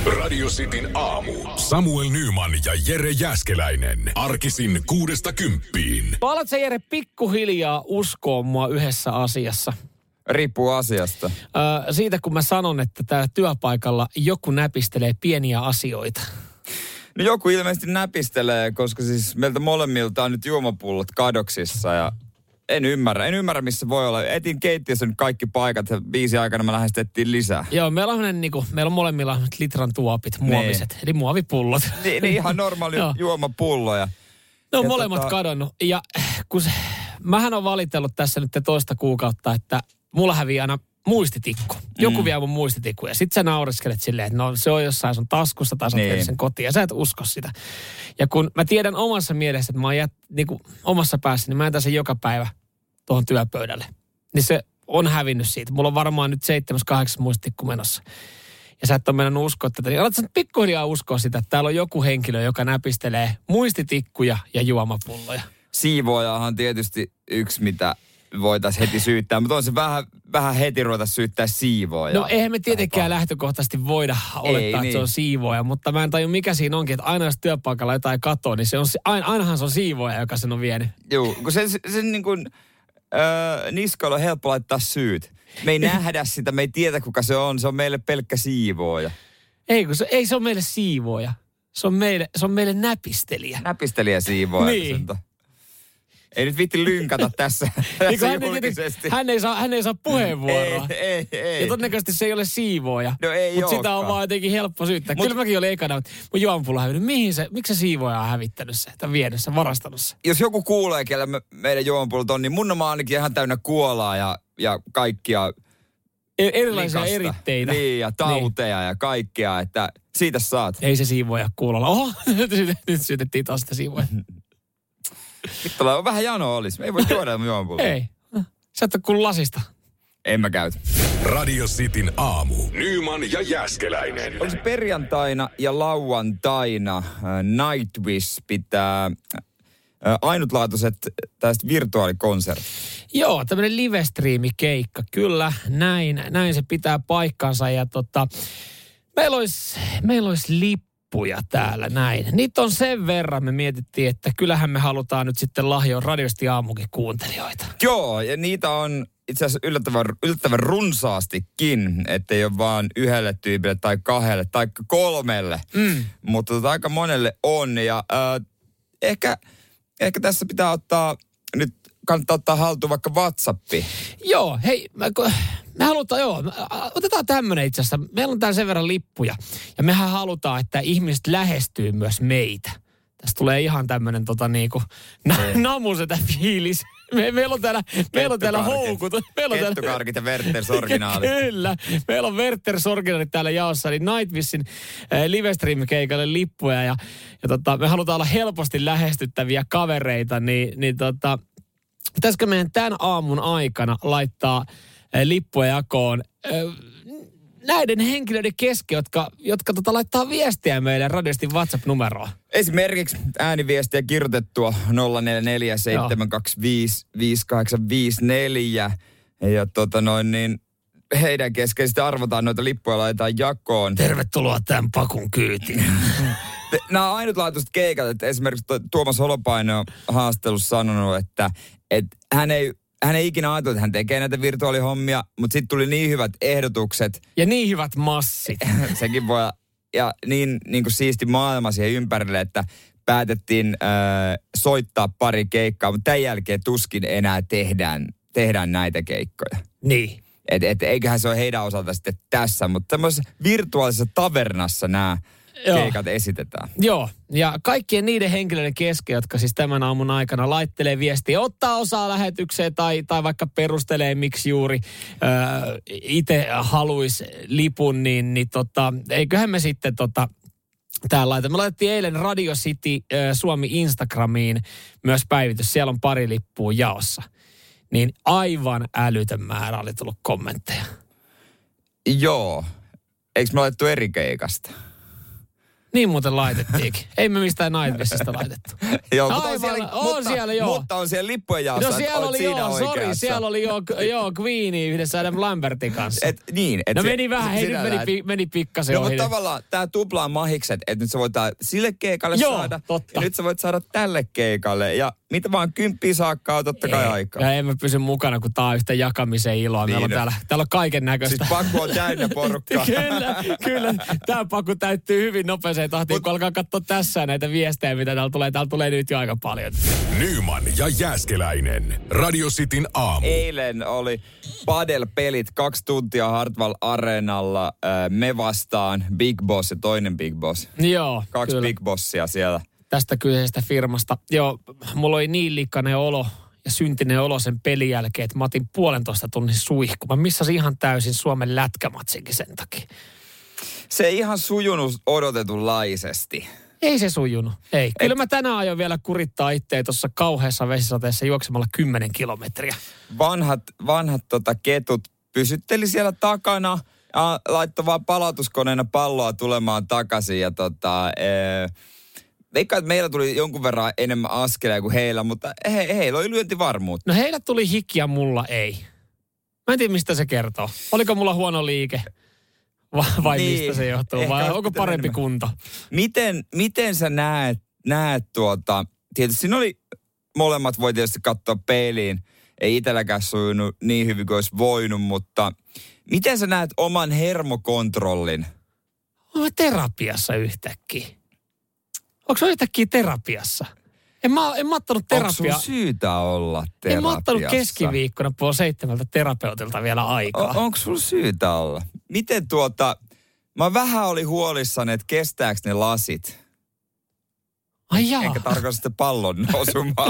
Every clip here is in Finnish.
Radio Cityn aamu. Samuel Nyman ja Jere Jääskeläinen. Arkisin 6–10. Alat sä, Jere, pikkuhiljaa uskoa mua yhdessä asiassa? Riippuu asiasta. Siitä, kun mä sanon, että täällä työpaikalla joku näpistelee pieniä asioita. No joku ilmeisesti näpistelee, koska siis meiltä molemmilta on nyt juomapullot kadoksissa ja en ymmärrä missä voi olla. Etin keittiössä nyt kaikki paikat ja 5 aikana me lähestettiin lisää. Joo, meillä on molemmilla litran tuopit, muoviset, eli muovipullot. Niin ihan normaali juomapulloja. Ne on molemmat kadonnut. Ja kun mähän on valitellut tässä nyt toista kuukautta, että mulla hävii aina muistitikku. Joku vie mun muistitikku ja sit sä naureskelet silleen, että no se on jossain sun taskussa tai sä oot sen kotiin ja sä et usko sitä. Ja kun mä tiedän omassa mielessä, että mä oon niinku omassa päässäni, niin mä jätän sen joka päivä tuohon työpöydälle. Niin se on hävinnyt siitä. Mulla on varmaan nyt 7-8 muistitikku menossa. Ja sä et ole mennyt uskoa tätä. Niin alatko pikkuhiljaa uskoa sitä, että täällä on joku henkilö, joka näpistelee muistitikkuja ja juomapulloja. Siivoojahan on tietysti yksi, mitä voitaisiin heti syyttää, mutta on se vähän heti ruveta syyttää siivooja. No eihän me tietenkään lähtökohtaisesti voida olettaa, että se on siivooja, mutta mä en tajua mikä siinä onkin, että aina jos työpaikalla jotain katoo, niin se on, ainahan se on siivooja, joka sen on vienyt. Joo, kun se niin kuin niskalla on helppo laittaa syyt. Me ei nähdä sitä, me ei tiedä kuka se on meille pelkkä siivooja. Ei se on meille siivooja, se on meille näpistelijä. Näpistelijä siivooja. Niin. Ei nyt viitti lynkata tässä julkisesti. Hän ei saa puheenvuoroa. Ei. Ja todennäköisesti se ei ole siivooja. No ei mutta sitä on vaan jotenkin helppo syyttää. Kyllä mäkin olin ekana, että mun juomapullo hävinnyt. Miksi se siivooja on hävittänyt se, tai vienyt se, varastanut se? Jos joku kuulee, kellä meidän juomapullot on, niin mun on ainakin ihan täynnä kuolaa ja kaikkia erilaisia likasta. Eritteitä. Niin, ja tauteja ja kaikkea, että siitä saat. Ei se siivooja kuulolla. Oho, nyt syytettiin taas sitä siivooja. Vittu, on vähän jano olisi. Me ei voi juoda juomapulloa. Ei. Sä et ole kuullut lasista. En mä käytä. Radio Cityn aamu. Nyman ja Jääskeläinen. Olisi perjantaina ja lauantaina Nightwish pitää ainutlaatuiset tästä virtuaalikonsertit. Joo, tämmöinen live-striimikeikka. Kyllä, näin se pitää paikkansa. Ja meillä olisi lippuja täällä näin. Niitä on sen verran, me mietittiin, että kyllähän me halutaan nyt sitten lahjoa radiosti aamukin kuuntelijoita. Joo, ja niitä on itse asiassa yllättävän runsaastikin, ettei ole vaan yhdelle tyypille tai 2 tai 3. Mutta aika monelle on. Ja ehkä tässä pitää kannattaa ottaa haltuun vaikka WhatsAppi. Joo, hei, me halutaan, otetaan tämmöinen itse asiassa. Meillä on täällä sen verran lippuja. Ja mehän halutaan, että ihmiset lähestyy myös meitä. Tästä tulee ihan tämmöinen namusetä fiilis. Meillä on täällä houkut. Kettukarkit ja Werthers originaalit. Kyllä. Meillä on Werthers originaalit täällä jaossa. Eli Nightwishin livestream-keikalle lippuja. Ja me halutaan olla helposti lähestyttäviä kavereita. Pitäisikö meidän tämän aamun aikana laittaa lippuja jakoon näiden henkilöiden kesken, jotka laittaa viestiä meidän radiosti WhatsApp-numeroon? Esimerkiksi ääniviestiä kirjoitettua 0447255854 ja heidän kesken sitten arvotaan noita lippuja, laitetaan jakoon. Tervetuloa tämän pakun kyytiin. Nämä on ainutlaatuiset keikat, että esimerkiksi Tuomas Holopainen on haastattelussa sanonut, että hän ei ikinä ajatellut, että hän tekee näitä virtuaalihommia, mutta sitten tuli niin hyvät ehdotukset. Ja niin hyvät massit. Sekin voi, ja niin kuin siisti maailma siihen ympärille, että päätettiin soittaa pari keikkaa, mutta tämän jälkeen tuskin enää tehdään näitä keikkoja. Niin. Eiköhän se ole heidän osalta sitten tässä, mutta tämmöisessä virtuaalisessa tavernassa nämä keikat esitetään. Joo, ja kaikkien niiden henkilöiden kesken, jotka siis tämän aamun aikana laittelee viestiä, ottaa osaa lähetykseen tai vaikka perustelee, miksi juuri itse haluaisi lipun, niin eiköhän me sitten täällä laita. Me laitettiin eilen Radio City Suomi Instagramiin myös päivitys. Siellä on pari lippua jaossa. Niin aivan älytön määrä oli tullut kommentteja. Joo. Eikö me laitettu eri keikasta? Niin muuten laitettiinkin. Ei me mistään Nightwishista laitettu. Joo, mutta on siellä lippujen jaossa. No siellä oli siellä oli Queenie yhdessä Adam Lambertin kanssa. Meni pikkasen ohi. Mutta tavallaan tää tuplaa mahikset, että nyt sä voit sille keikalle saada. Totta. Ja nyt sä voit saada tälle keikalle. Ja mitä vaan 10 saakkaa totta kai aikaa. Ja en mä pysy mukana, kun tää on yhtä jakamisen iloa. Niin meillä on täällä on kaiken näköistä. Siis paku on täynnä porukkaa. Kyllä. Tää paku täyttyy hyvin nopeeseen tahtiin, kun alkaa katsoa tässä näitä viestejä, mitä täällä tulee. Täällä tulee nyt jo aika paljon. Nyman ja Jääskeläinen. Radio Cityn aamu. Eilen oli padel-pelit 2 tuntia Hartwall Areenalla. Me vastaan Big Boss ja toinen Big Boss. Joo, 2 kyllä. Big Bossia siellä. Tästä kyseisestä firmasta. Joo, mulla oli niin likainen olo ja syntinen olo sen pelin jälkeen, että mä otin 1,5 tunnin suihku. Mä missasin ihan täysin Suomen lätkämatsinkin sen takia. Se ei ihan sujunut odotetunlaisesti. Ei se sujunut, ei. Kyllä mä tänään aion vielä kurittaa itseä tuossa kauheassa vesisateessa juoksemalla 10 kilometriä. Vanhat ketut pysytteli siellä takana ja laittoi vaan palautuskoneena palloa tulemaan takaisin. Ja veikkaan, että meillä tuli jonkun verran enemmän askeleja kuin heillä, mutta heillä oli lyöntivarmuutta. No heillä tuli hikkiä, mulla ei. Mä en tiedä, mistä se kertoo. Oliko mulla huono liike? Vai niin, mistä se johtuu? Vai onko parempi kunto? Miten sä näet tietysti siinä oli, molemmat voi tietysti katsoa peiliin. Ei itselläkään sujunut niin hyvin kuin olisi voinut, mutta miten sä näet oman hermokontrollin? Olen terapiassa yhtäkkiä. Onko se yhtäkkiä terapiassa? En mä ottanut terapiaa. Onko sun syytä olla terapiassa? En mä ottanut keskiviikkona 6:30 terapeutilta vielä aikaa. Onko sun syytä olla? Miten mä vähän olin huolissani, että kestääkö ne lasit? Ai jaa. Enkä tarkoita sitä pallon nousumaan.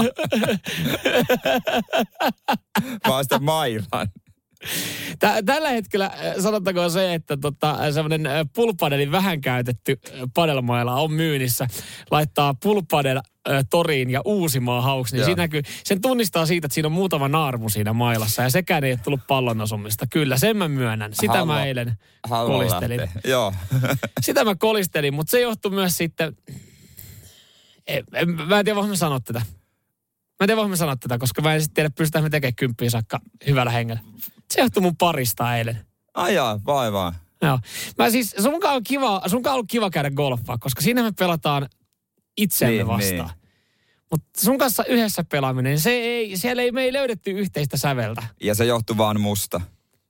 Vaan sitä mailan. Tällä hetkellä sanottakoon se, että semmoinen pulpadelin vähän käytetty padelmaila on myynnissä. Laittaa pulpadel Toriin ja Uusimaan hauksi, niin siinä näkyy, sen tunnistaa siitä, että siinä on muutama naarmu siinä mailassa ja sekään ei ole tullut pallon osumista. Kyllä, sen mä myönnän. Sitä mä eilen kolistelin. Joo. Sitä mä kolistelin, mutta se johtui myös sitten, mä en tiedä, voin mä sanoa tätä. Koska mä en sitten tiedä, pystytään me tekemään 10 saakka hyvällä hengellä. Se johtui mun parista eilen. Ai jaa, vaivaa. Joo. Mä siis, sunkaan on ollut kiva käydä golfaa, koska siinä me pelataan itseämme vastaan. Niin. Mutta sun kanssa yhdessä pelaaminen, siellä me ei löydetty yhteistä säveltä. Ja se johtui vaan musta.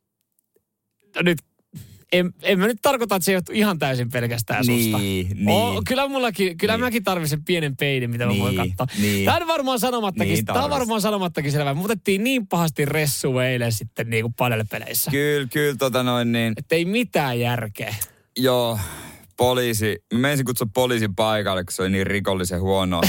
No nyt, en mä nyt tarkoita, että se johtuu ihan täysin pelkästään susta. Niin. Kyllä mäkin tarvitsen pienen peilin, mitä mä voin katsoa. Niin. Tämä on varmaan sanomattakin selvä. Me otettiin niin pahasti ressua eilen sitten niin kuin padelpeleissä. Kyllä, niin. Että ei mitään järkeä. Joo, poliisi. Mä menisin kutsua poliisin paikalle, kun se oli niin rikollisen huonoa.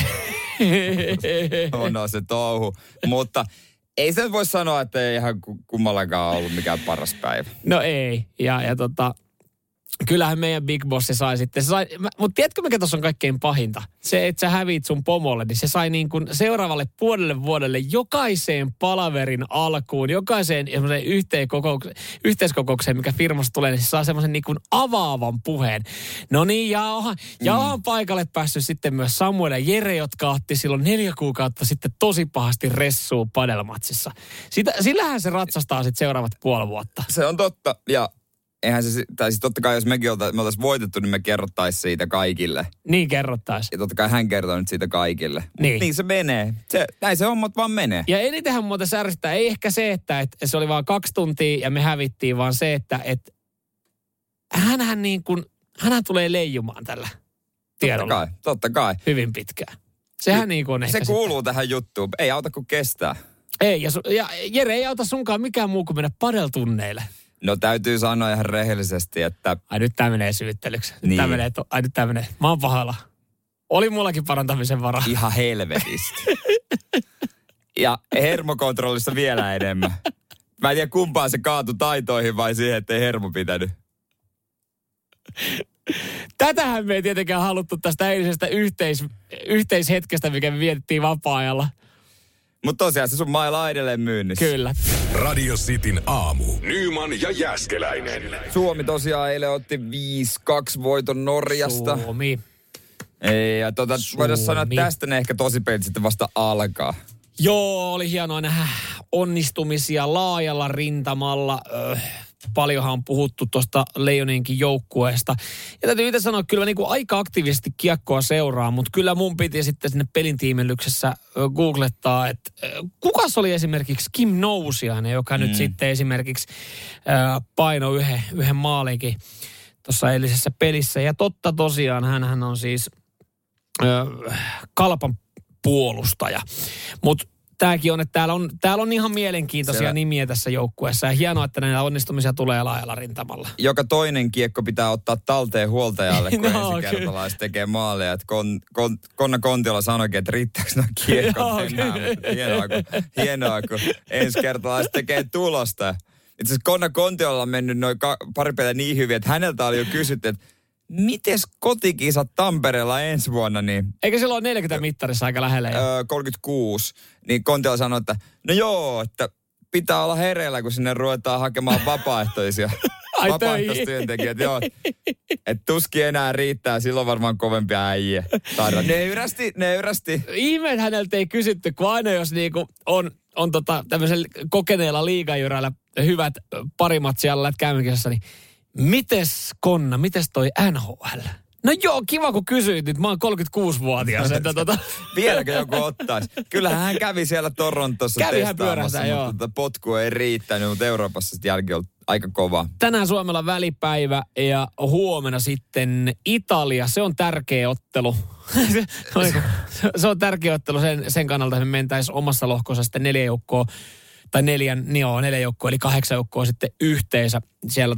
Huonoa se touhu. Mutta ei se voi sanoa, että ei ihan kummallakaan ollut mikään paras päivä. No ei. Ja kyllähän meidän Big Boss sai sitten. Mutta tiedätkö, mikä tuossa on kaikkein pahinta? Se, että sä hävit sun pomolle, niin se sai niin kuin seuraavalle 5 vuodelle jokaiseen palaverin alkuun, jokaiseen yhteiskokoukseen, mikä firmassa tulee, niin se saa semmoisen niin kuin avaavan puheen. No niin, on paikalle päässyt sitten myös Samuel ja Jere, jotka otti silloin 4 kuukautta sitten tosi pahasti ressua padelmatsissa. Sillähän se ratsastaa sitten seuraavat 5 vuotta. Se on totta, ja eihän se, tai siis totta kai jos me oltaisiin voitettu, niin me kerrottaisiin siitä kaikille. Niin kerrottaisiin. Ja totta kai hän kertoo nyt siitä kaikille. Niin se menee. Näin se hommat vaan menee. Ja enitenhän muuta särjestää, ei ehkä se, että se oli vaan 2 tuntia ja me hävittiin, vaan se, että hänhän tulee leijumaan tällä tiedolla. Totta kai. Hyvin pitkään. Sehän niin kuin on ehkä se kuuluu tähän juttuun. Ei auta kuin kestää. Ei, ja Jere ei auta sunkaan mikään muu kuin mennä padeltunneille. No täytyy sanoa ihan rehellisesti, että... Ai nyt tää menee syyttelyksi. Niin. Nyt tää menee. Mä oon pahalla. Oli mullakin parantamisen varaa. Ihan helvetisti. Ja hermokontrollissa vielä enemmän. Mä en tiedä kumpaan se kaatui taitoihin vai siihen, ettei hermo pitänyt. Tätähän me ei tietenkään haluttu tästä eilisestä yhteishetkestä, mikä me vietettiin vapaa-ajalla. Mutta tosiaan se sun maila on edelleen myynnissä. Kyllä. Radio Cityn aamu. Nyman ja Jääskeläinen. Suomi tosiaan eilen otti 5-2 voiton Norjasta. Suomi. Ei, ja voidaan sanoa, että tästä ne ehkä tosipelit sitten vasta alkaa. Joo, oli hienoa nähdä onnistumisia laajalla rintamalla. Paljonhan on puhuttu tuosta Leijonienkin joukkueesta. Ja täytyy itse sanoa, että kyllä mä niin kuin aika aktiivisesti kiekkoa seuraan, mutta kyllä mun piti sitten sinne pelin tiimellyksessä googlettaa, että kukas oli esimerkiksi Kim Nousiainen, joka nyt sitten esimerkiksi painoi yhden maalinkin tuossa eilisessä pelissä. Ja totta tosiaan, hänhän on siis Kalpan puolustaja. Mutta tämäkin on, että täällä on ihan mielenkiintoisia nimiä tässä joukkueessa. Ja hienoa, että näitä onnistumisia tulee laajalla rintamalla. Joka toinen kiekko pitää ottaa talteen huoltajalle, kun ensikertalaiset tekee maaleja. Konna Kontiola sanoikin, että riittääkö nuo kiekot enää. Hienoa, kun ensikertalaiset tekee tulosta. Itse asiassa Konna Kontiola on mennyt noin pari peliä niin hyvin, että häneltä oli jo kysytty, että mites kotikisat Tampereella ensi vuonna? Niin, eikö silloin 40 mittarissa aika lähellä? 36. Niin Kontiola sanoi, että no joo, että pitää olla hereillä, kun sinne ruvetaan hakemaan vapaaehtoisia. Vapaaehtoistyöntekijät, joo. Että tuskin enää riittää, silloin varmaan kovempia äijä. Nöyrästi. Ihme, että häneltä ei kysytty, kun aina jos niinku on tämmöisellä kokeneella liigajyrällä hyvät parimatsia alla käymäkisessä, niin mites Konna, mites toi NHL? No joo, kiva kun kysyit nyt, mä oon 36-vuotias. Vieläkö joku ottaisi? Kyllähän hän kävi siellä Torontossa testaamassa, mutta potku ei riittänyt, mutta Euroopassa sitten jälkeen on aika kova. Tänään Suomella välipäivä ja huomenna sitten Italia. Se on tärkeä ottelu. Se on tärkeä ottelu sen kannalta, että me mentäisiin omassa lohkossa sitten 4 joukkoa, tai 4 joukkoa, eli 8 joukkoa sitten yhteensä. Siellä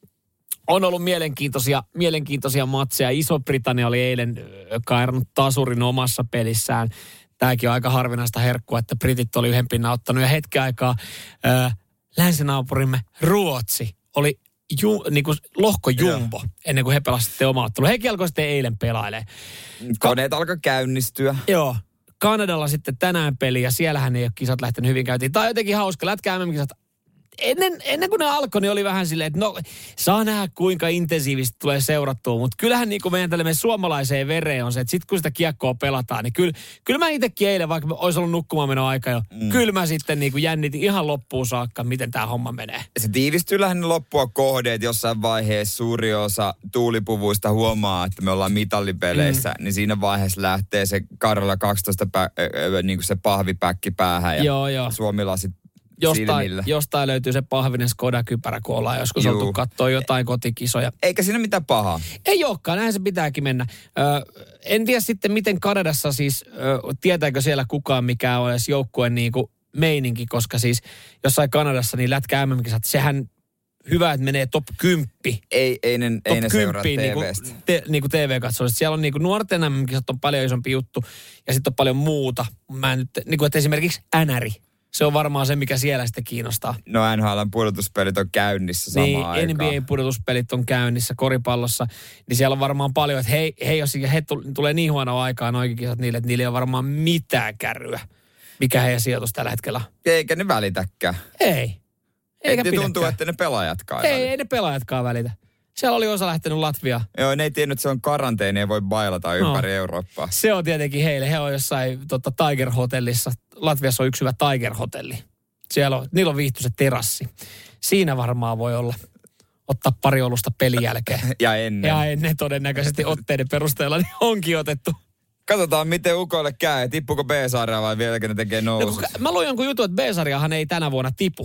on ollut mielenkiintoisia matseja. Iso-Britannia oli eilen kairannut tasurin omassa pelissään. Tämäkin on aika harvinaista herkkua, että britit oli yhden pinnan ottanut. Ja hetken aikaa länsinaapurimme Ruotsi oli niinku lohkojumbo ennen kuin he pelasivat sitten oma ottelu. Hekin alkoi sitten eilen pelailemaan. Koneet alkoi käynnistyä. Joo. Kanadalla sitten tänään peli ja siellähän ei ole kisat lähtenyt hyvin käyntiin. Tämä on jotenkin hauska. Lätkää MM-kisat. Ennen kuin ne alkoi, niin oli vähän silleen, että no saa nähdä kuinka intensiivisesti tulee seurattua, mutta kyllähän niin kuin meidän tällainen suomalaiseen vereen on se, että sitten kun sitä kiekkoa pelataan, niin kyllä mä itsekin eilen, vaikka olisi ollut nukkumaan meno aika jo, kyllä mä sitten niin kuin jännitin ihan loppuun saakka, miten tämä homma menee. Se tiivistyy lähinnä loppua kohde, että jossain vaiheessa suuri osa tuulipuvuista huomaa, että me ollaan mitallipeleissä, niin siinä vaiheessa lähtee se Karjala 12 niin kuin se pahvipäkki päähän ja Suomilla sitten Jostain löytyy se pahvinen Skoda-kypärä, kun ollaan joskus oltu katsoa jotain kotikisoja. Eikä siinä mitään pahaa. Ei olekaan, näin se pitääkin mennä. En tiedä sitten, miten Kanadassa siis, tietääkö siellä kukaan, mikä on edes joukkueen niinku meininki, koska siis jossain Kanadassa niin lätkä MM-kisat, sehän hyvä, että menee top 10. Ei ne seuraa TV:stä. Niinku TV-katsoista. Siellä on niinku nuorten MM-kisat on paljon isompi juttu ja sitten on paljon muuta. Mä nyt, niinku, että esimerkiksi NRI. Se on varmaan se, mikä siellä sitten kiinnostaa. No NHL:n pudotuspelit on käynnissä samaan aikaan. NBA-pudotuspelit on käynnissä koripallossa. Niin siellä on varmaan paljon, että hei jos he tulee niin huonoa aikaa noikin kisat niille, että niillä ei ole varmaan mitään kärryä. Mikä heidän sijoitus tällä hetkellä? Eikä ne välitäkään. Ei. Eikä tuntuu, että ne pelaajatkaan ei ne pelaajatkaan välitä. Siellä oli osa lähtenyt Latviaan. Joo, ne ei tiennyt, että se on karanteeni ja voi bailata ympäri Eurooppaa. Se on tietenkin heille. He on jossain Tiger-hotellissa. Latviassa on yksi hyvä Tiger-hotelli. Niillä on viihtyisä terassi. Siinä varmaan voi ottaa pari olusta pelin jälkeen. Ja ennen todennäköisesti otteiden perusteella niin onkin otettu. Katsotaan, miten ukoille käy. Tippuuko B-sarjaa vai vieläkö ne tekee nousussa? Mä luin jonkun jutun, että B-sarjahan ei tänä vuonna tipu.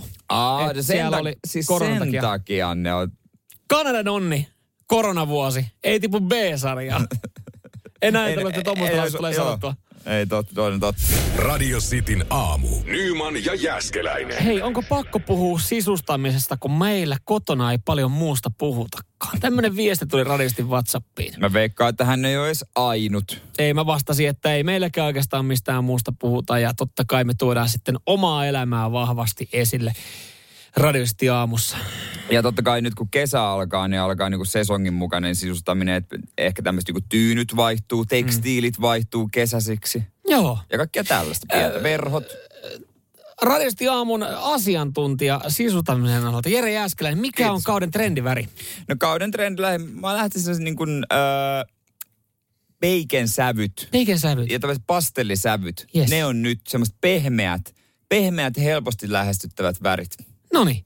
Sen takia ne on... Kanadan onni, koronavuosi, ei tipu B-sarjaa. En ajatellut, että tuommoista tulee sanottua. Ei totta. Radio Cityn aamu. Nyman ja Jääskeläinen. Hei, onko pakko puhua sisustamisesta, kun meillä kotona ei paljon muusta puhutakaan? Tämmöinen viesti tuli radistin WhatsAppiin. Mä veikkaan, että hän ei ole edes ainut. Ei, mä vastasin, että ei meilläkään oikeastaan mistään muusta puhuta. Ja totta kai me tuodaan sitten omaa elämää vahvasti esille Radio City aamussa. Ja totta kai nyt kun kesä alkaa, niin alkaa niinku sesongin mukainen sisustaminen, että ehkä tämmöiset niinku tyynyt vaihtuu, tekstiilit vaihtuu kesäsiksi. Joo. Ja kaikkea tällaista, pientä verhot. Radio City aamun asiantuntija sisustamisen alalta, Jere Jääskeläinen, mikä on kauden trendiväri? No kauden trendiväri, mä lähtisin niin kuin bacon sävyt. Bacon sävyt. Ja tämmöiset pastellisävyt. Yes. Ne on nyt semmoiset pehmeät, helposti lähestyttävät värit. Noniin.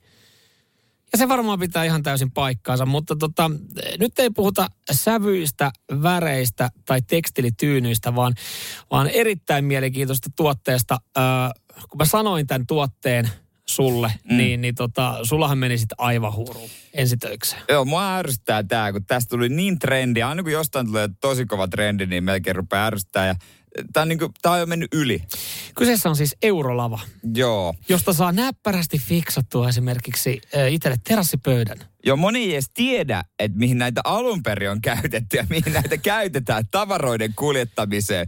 Ja se varmaan pitää ihan täysin paikkaansa, mutta nyt ei puhuta sävyistä, väreistä tai tekstiilityynyistä, vaan erittäin mielenkiintoista tuotteesta. Kun mä sanoin tämän tuotteen sulle, niin sullahan meni sitten aivan huuruun ensitöikseen. Joo, mua ärsyttää tää, kun tästä tuli niin trendi. Aina kun jostain tulee tosi kova trendi, niin melkein rupeaa ärsyttää. Ja tää on jo mennyt yli. Kyseessä on siis Eurolava. Joo. Josta saa näppärästi fiksattua esimerkiksi itselle terassipöydän. Joo, moni ei edes tiedä, että mihin näitä alun perin on käytetty ja mihin näitä käytetään tavaroiden kuljettamiseen.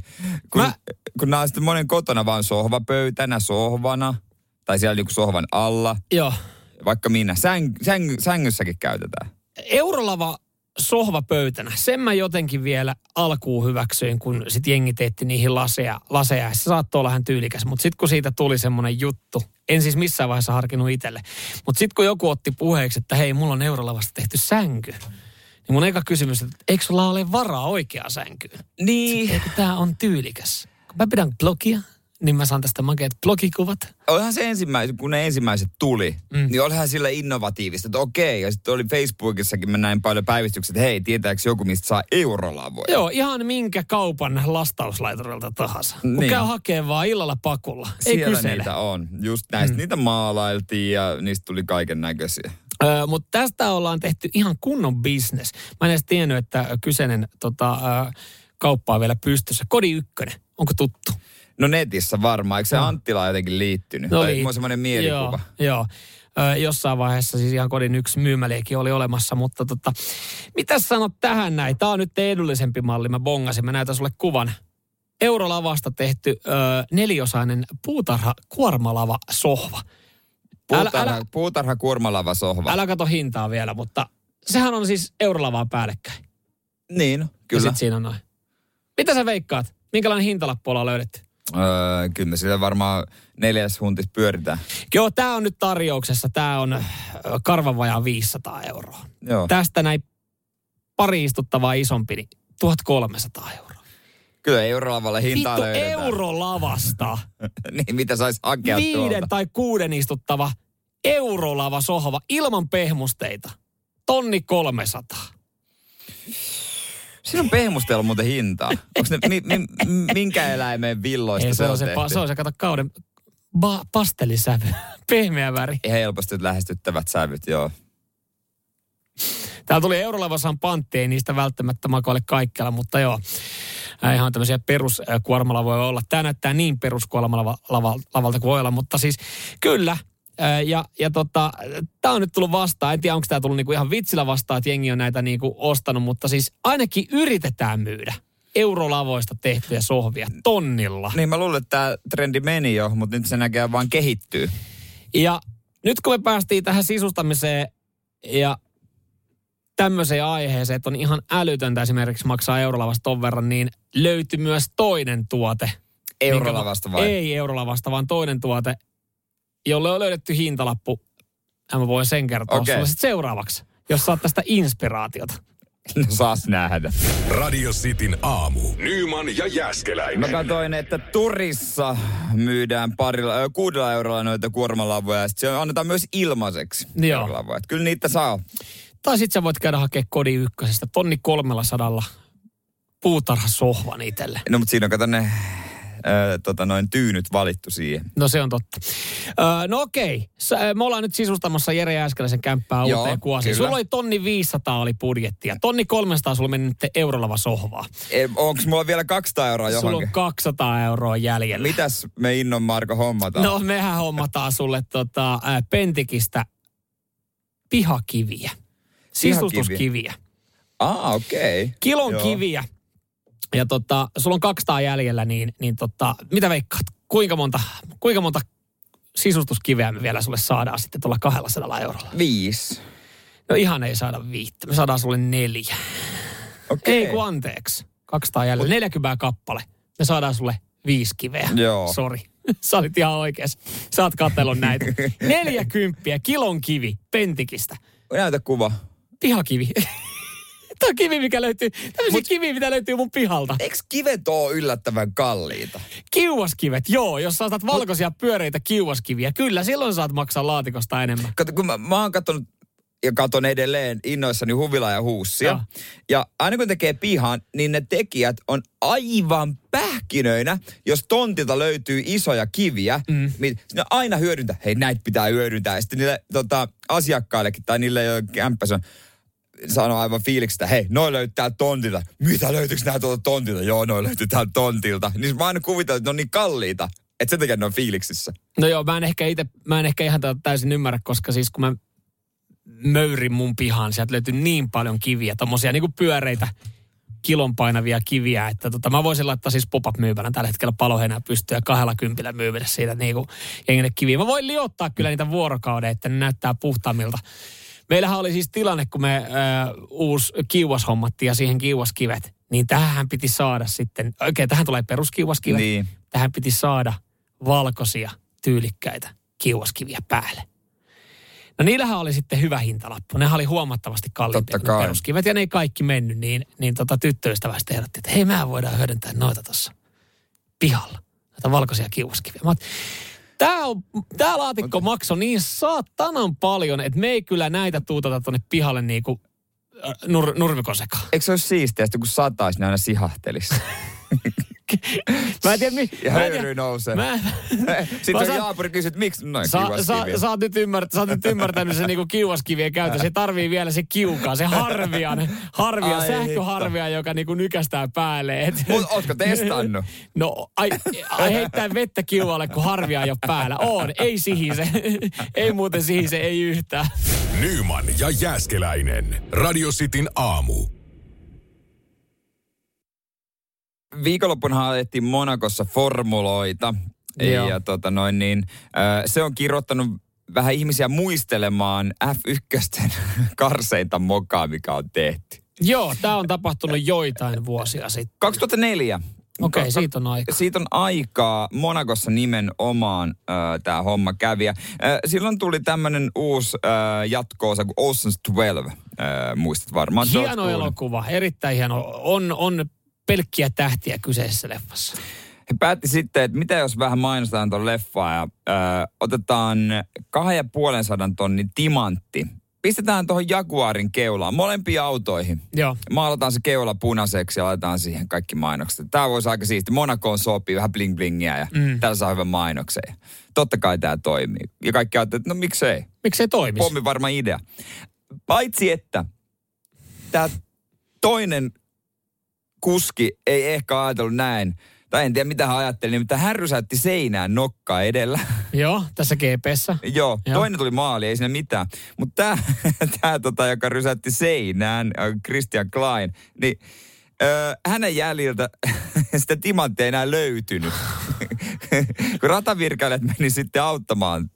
Kun nämä on sitten monen kotona vaan sohvapöytänä, sohvana tai siellä joku sohvan alla. Joo. Vaikka minä. Sängyssäkin käytetään. Eurolava sohvapöytänä. Sen mä jotenkin vielä alkuun hyväksyin, kun sit jengi teetti niihin laseja. Se saattoi olla ihan tyylikäs, mutta sitten kun siitä tuli semmoinen juttu, en siis missään vaiheessa harkinnut itselle, mutta sitten kun joku otti puheeksi, että hei, mulla on Eurolavasta tehty sänky, niin mun eka kysymys, että eikö sulla ole varaa oikeaa sänkyyn? Niin. Sitten, tää on tyylikäs. Kun mä pidän blogia, niin mä saan tästä makeat blogikuvat. Olihan se kun ne ensimmäiset tuli, niin olihan sillä innovatiivista, että okei. Ja sitten oli Facebookissakin, mä näin paljon päivistykset, että hei, tietääkö joku, mistä saa Eurolavoja? Joo, ihan minkä kaupan lastauslaiturilta tahansa. Kun käy hakemaan vaan illalla pakulla. Ei siellä kysele. Niitä on. Just näistä niitä maalailtiin ja niistä tuli kaiken näköisiä. Mutta tästä ollaan tehty ihan kunnon business. Mä en edes tiennyt, että kyseinen kauppa on vielä pystyssä. Kodi 1, onko tuttu? No netissä varmaan. Eikö se Anttila jotenkin liittynyt? No tai on semmoinen mielikuva. Joo. Jossain vaiheessa siis ihan Kodin 1 myymäliäkin oli olemassa, mutta mitä sanot tähän näin? Tämä on nyt edullisempi malli, mä bongasin. Mä näytän sulle kuvan. Eurolavasta tehty 4-osainen puutarha-kuormalava sohva. Puutarha-kuormalava sohva. Älä kato hintaa vielä, mutta sehän on siis Eurolavaa päällekkäin. Niin, kyllä. Ja sit siinä on noin. Mitä sä veikkaat? Minkälainen hintalappu ollaan löydetty? Kyllä me sillä varmaan 4 huntis pyöritään. Joo, tää on nyt tarjouksessa. Tää on karvan vajaa 500 €. Joo. Tästä näin pari istuttavaa isompi, niin 1300 €. Kyllä Eurolavalle hintaa löydetään. Eurolavasta. Niin, mitä sais hakea 5 tuolta? tai 6 istuttava Eurolava sohva ilman pehmusteita. 1300. Siinä on pehmustella muuten hintaa. Onko ne minkä eläimen villoista Ei, se on tehty? Se on se, kato, kauden pastellisävy. Pehmeä väri. Helposti lähestyttävät sävyt, joo. Täällä tuli Eurolavasaan pantti, ei niistä välttämättä makoile kaikkialla, mutta joo. Ihan tämmöisiä peruskuormalavoja voi olla. Tämä näyttää niin peruskuormalavalta kuin voi olla, mutta siis kyllä. Tämä on nyt tullut vastaan. En tiedä, onko tämä tullut niinku ihan vitsillä vastaan, että jengi on näitä niinku ostanut, mutta siis ainakin yritetään myydä Eurolavoista tehtyjä sohvia tonnilla. Niin mä luulen, että tämä trendi meni jo, mutta nyt se näkee vaan kehittyy. Ja nyt kun me päästiin tähän sisustamiseen ja tämmöiseen aiheeseen, että on ihan älytöntä esimerkiksi maksaa Eurolavasta ton verran, niin löytyi myös toinen tuote. Eurolavasta vai? Ei Eurolavasta, vaan toinen tuote, jolle on löydetty hintalappu. Mä voin sen kertoa sulle sitten seuraavaksi, jos saat tästä inspiraatiota. No saas nähdä. Radio Cityn aamu. Nyman ja Jääskeläinen. Mä katsoin, että Turissa myydään 6 € noita kuormalavoja ja sitten se annetaan myös ilmaiseksi. Joo. Kyllä niitä saa. Tai sit sä voit käydä hakemaan Kodin 1, 1300 puutarhasohvan itselle. No mutta siinä on kato ne tyynyt valittu siihen. No se on totta. No okei. Me ollaan nyt sisustamassa Jere Jääskeläisen kämppää uuteen kuosiin. Sulla oli 1500 oli budjettia. 1300 sulla meni nyt Eurolava sohvaa. Onko mulla vielä 200 € johonkin? Sulla on 200 € jäljellä. Mitäs me Innon Marko hommataan? No mehän hommataan sulle Pentikistä pihakiviä. Sisustuskiviä. Okei. Kilon kiviä. Ja sulla on 200 jäljellä, niin mitä veikkaat? Kuinka monta sisustuskiveä me vielä sulle saadaan sitten tuolla 200 €? 5. No ihan ei saada 5. Me saadaan sulle 4. Okei. Ei kun anteeksi. 200 jäljellä. 40 kappale. Me saadaan sulle 5 kiveä. Joo. Sori. Sä olit ihan oikeassa. Sä oot katsellut näitä. 40 kilon kivi Pentikistä. Näytä kuva. Pihakivi. Tämä on kivi, mikä löytyy, kivi, mitä löytyy mun pihalta. Eikö kivet ole yllättävän kalliita? Kiuaskivet, joo. Jos sä otat valkoisia pyöreitä kiuaskiviä, kyllä silloin saat maksaa laatikosta enemmän. Kato, kun mä oon katsonut ja katon edelleen innoissani Huvilaa ja Huussia. Joo. Ja aina kun tekee pihan, niin ne tekijät on aivan pähkinöinä, jos tontilta löytyy isoja kiviä. Ne aina hyödyntää. Hei, näitä pitää hyödyntää. Ja sitten niille asiakkaillekin tai niille, joille kämppässä on, sanoo aivan fiiliksi, että hei, noi löytyy täältä tontilta. Mitä löytyykö nää tuolta tontilta? Joo, noi löytyy täältä tontilta. Niin mä aina kuvitellut, että ne on niin kalliita, että sen takia ne on fiiliksissä. No joo, mä en ehkä ihan täysin ymmärrä, koska siis kun mä möyrin mun pihaan, sieltä löytyy niin paljon kiviä, tommosia niinku pyöreitä kilon painavia kiviä, että mä voisin laittaa siis pop-up-myymälän tällä hetkellä Paloheinää pystyä 20 myymälä siitä niinku jengille kiviä. Mä voin liottaa kyllä niitä vuorokauden, että ne näyttää puhtaammilta. Meillähän oli siis tilanne, kun me uusi kiuas hommattiin ja siihen kiuaskivet, niin tähän piti saada sitten, tähän tulee peruskiuaskivet, niin. Tähän piti saada valkoisia, tyylikkäitä kiuaskiviä päälle. No niillähän oli sitten hyvä hintalappu. Nehän oli huomattavasti kalliimpia kuin peruskivet ja ne ei kaikki mennyt, niin tyttöystävästä ehdotti, että hei, mehän voidaan hyödyntää noita tuossa pihalla, noita valkoisia kiuaskiviä. Tää laatikko maksoi niin saatanan paljon, että me ei kyllä näitä tuutata tuonne pihalle niinku nurmikon sekaan. Eikö se olisi siistiä, kun sataisi, ne aina sihahtelisi? Mä en tiedä, ja höyry nousee. Sitten Jaapuri kysyy, että miksi noin kiuaskiviä? Sä oot nyt ymmärtänyt sen niinku kiuaskivien käytön. Se tarvii vielä se kiukaan, se harvian sähköharvian, joka niinku nykästää päälle. Ootko testannut? No, ai heittää vettä kiualle, kun harvia ei ole päällä. Ei sihise. Ei muuten sihise, ei yhtään. Nyman ja Jääskeläinen. Radio Cityn aamu. Viikonloppunahan ajettiin Monacossa formuloita. Joo. Ja se on kirjoittanut vähän ihmisiä muistelemaan F1 karseinta mokaa, mikä on tehty. Joo, tämä on tapahtunut joitain vuosia sitten. 2004. Okei, siitä on aikaa. Siitä on aikaa. Monacossa nimenomaan tämä homma kävi. Silloin tuli tämmöinen uusi jatko-osa kuin Ocean's 12. Muistat varmaan. Hieno elokuva, erittäin hieno. On pelkkiä tähtiä kyseisessä leffassa. He päätti sitten, että mitä jos vähän mainostetaan tuon leffaa ja otetaan 250 tonnin timantti. Pistetään tuohon Jaguarin keulaan, molempiin autoihin. Joo. Maalataan se keula punaiseksi ja laitetaan siihen kaikki mainokset. Tämä voisi aika siisti. Monacoon sopii vähän bling blingiä ja täällä saa hyvän mainoksen. Totta kai tämä toimii. Ja kaikki ajattelee, että no miksei. Miksei toimisi? Pommi varma idea. Paitsi että tämä toinen kuski ei ehkä ajatellut näin. Tai en tiedä, mitä hän ajatteli, mutta hän rysäytti seinään nokkaa edellä. Joo, tässä GP:ssä. Joo, toinen tuli maali, ei siinä mitään. Mutta tämä joka rysäytti seinään, Christian Klein, niin hänen jäljiltä sitä timanttia ei enää löytynyt. Kun ratavirkailijat meni sitten auttamaan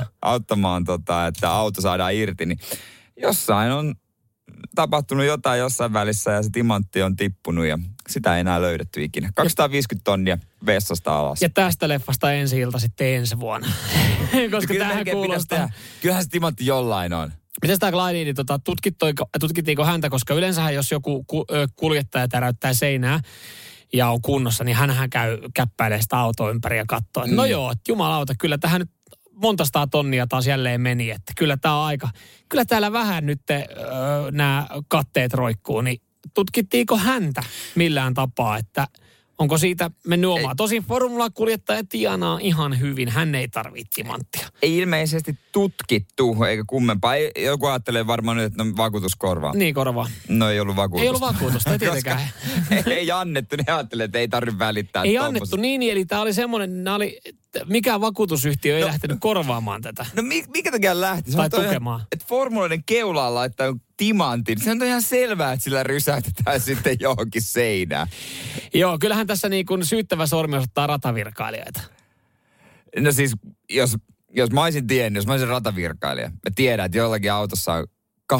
että auto saadaan irti, niin jossain on tapahtunut jotain jossain välissä ja se timantti on tippunut ja sitä ei enää löydetty ikinä. 250 tonnia vessasta alas. Ja tästä leffasta ensi-ilta sitten ensi vuonna. Koska tämähän kuulostaa. Kyllähän se timantti jollain on. Miten tämä Kleini, tutkittiinko häntä, koska yleensähän jos joku kuljettaja täräyttää seinää ja on kunnossa, niin hänhän käy käppäilemään sitä autoa ympäri ja katsoo, että no joo, jumalauta, kyllä tähän nyt monta 100 tonnia taas jälleen meni, että kyllä tämä on aika, kyllä täällä vähän nyt nämä katteet roikkuu, niin tutkittiinko häntä millään tapaa, että onko siitä mennyt omaa? Tosin formula-kuljettaja tienaa ihan hyvin, hän ei tarvitse timanttia. Ei ilmeisesti tutkittu, eikä kummempaa. Joku ajattelee varmaan nyt, että no vakuutus korvaa. Niin korvaa. No ei ollut vakuutusta. Ei ollut vakuutusta, ei tietenkään. Ei annettu, ne ajattelee, että ei tarvitse välittää. Ei annettu, niin, eli tämä oli semmoinen, mikään vakuutusyhtiö ei lähtenyt korvaamaan tätä. No mikä takia lähti? Tai tukemaan. Että formuloiden keulaan laittaa timantin. Se on ihan selvää, että sillä rysäytetään sitten johonkin seinään. Joo, kyllähän tässä niin kuin syyttävä sormi osoittaa ratavirkailijoita. No siis, jos mä olisin tiennyt, jos mä olisin ratavirkailija, mä tiedän, että jollakin autossa on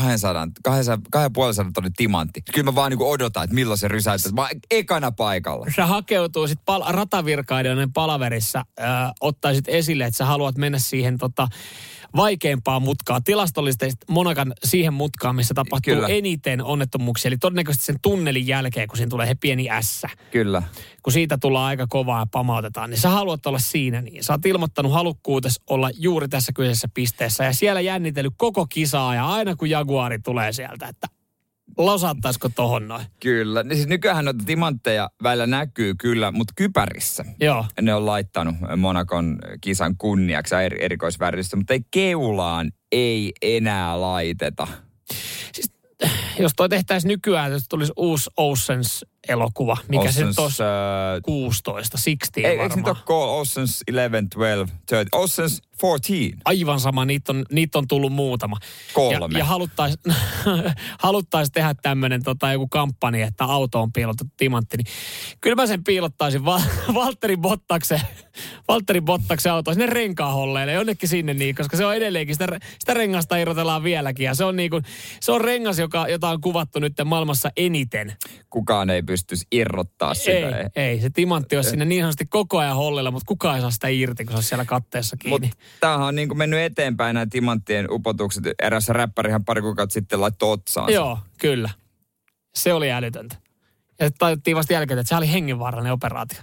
250 tonnin timantti. Kyllä mä vaan niin kuin odotan, että milloin se rysäyttää. Mä oon ekana paikalla. Sä hakeutuisit ratavirkailijoiden palaverissa, ottaisit esille, että sä haluat mennä siihen vaikeampaa mutkaa. Tilastollisesti Monacan siihen mutkaan, missä tapahtuu eniten onnettomuuksia. Eli todennäköisesti sen tunnelin jälkeen, kun siinä tulee pieni ässä. Kyllä. Kun siitä tullaan aika kovaa ja pamautetaan, niin sä haluat olla siinä. Niin sä oot ilmoittanut halukkuutesi olla juuri tässä kyseisessä pisteessä. Ja siellä jännitellyt koko kisaa ja aina kun Jaguari tulee sieltä, että losattaisiko tohon noin? Kyllä. Siis nykyään noita timantteja välillä näkyy kyllä, mutta kypärissä. Joo. Ne on laittanut Monacon kisan kunniaksi erikoisväritystä, mutta ei keulaan ei enää laiteta. Siis, jos toi tehtäisiin nykyään, jos tulisi uusi Oceans-elokuva, mikä se nyt olisi 16, 16 varmaan. Eikö niitä ole Oceans 11, 12, 13, Oceans 14? Aivan sama, niitä on tullut muutama. 3. Ja haluttais tehdä tämmöinen joku kampanja, että auto on piilotettu timantti, niin kyllä mä sen piilottaisin Valtteri Bottaksen auto sinne renkaaholleille, jonnekin sinne niin, koska se on edelleenkin, sitä rengasta irrotellaan vieläkin. Ja se on rengas, jota on kuvattu nyt maailmassa eniten. Kukaan ei pystyisi irrottaa sitä. Ei. Se timantti on sinne niin sanotusti koko ajan hollilla, mutta kukaan ei saa sitä irti, kun se on siellä katteessa kiinni. Tämähän on niin kuin mennyt eteenpäin nämä timanttien upotukset. Erässä räppärihän pari kuukautta sitten laittoi otsaansa. Joo, kyllä. Se oli älytöntä. Ja tajuttiin vasta jälkeen, että se oli hengenvaarallinen operaatio.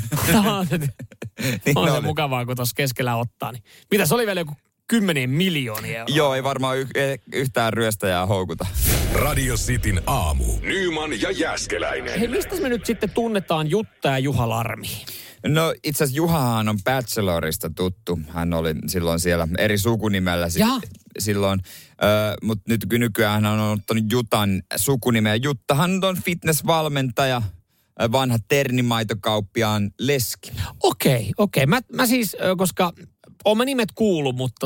On se mukavaa, kun tuossa keskellä ottaa. Niin. Mitä se oli vielä joku 10 miljoonia euroa? Joo, ei varmaan yhtään ryöstäjää houkuta. Radio Cityn aamu. Nyman ja Jääskeläinen. Hei, mistä me nyt sitten tunnetaan Jutta ja Juha Larmi? No itse asiassa Juhahan on Bachelorista tuttu. Hän oli silloin siellä eri sukunimellä silloin. Mutta nyt nykyään hän on ottanut Jutan sukunimeä. Juttahan on fitnessvalmentaja, vanha ternimaitokauppiaan leski. Okei. Mä siis, koska oon mä nimet kuullut, mutta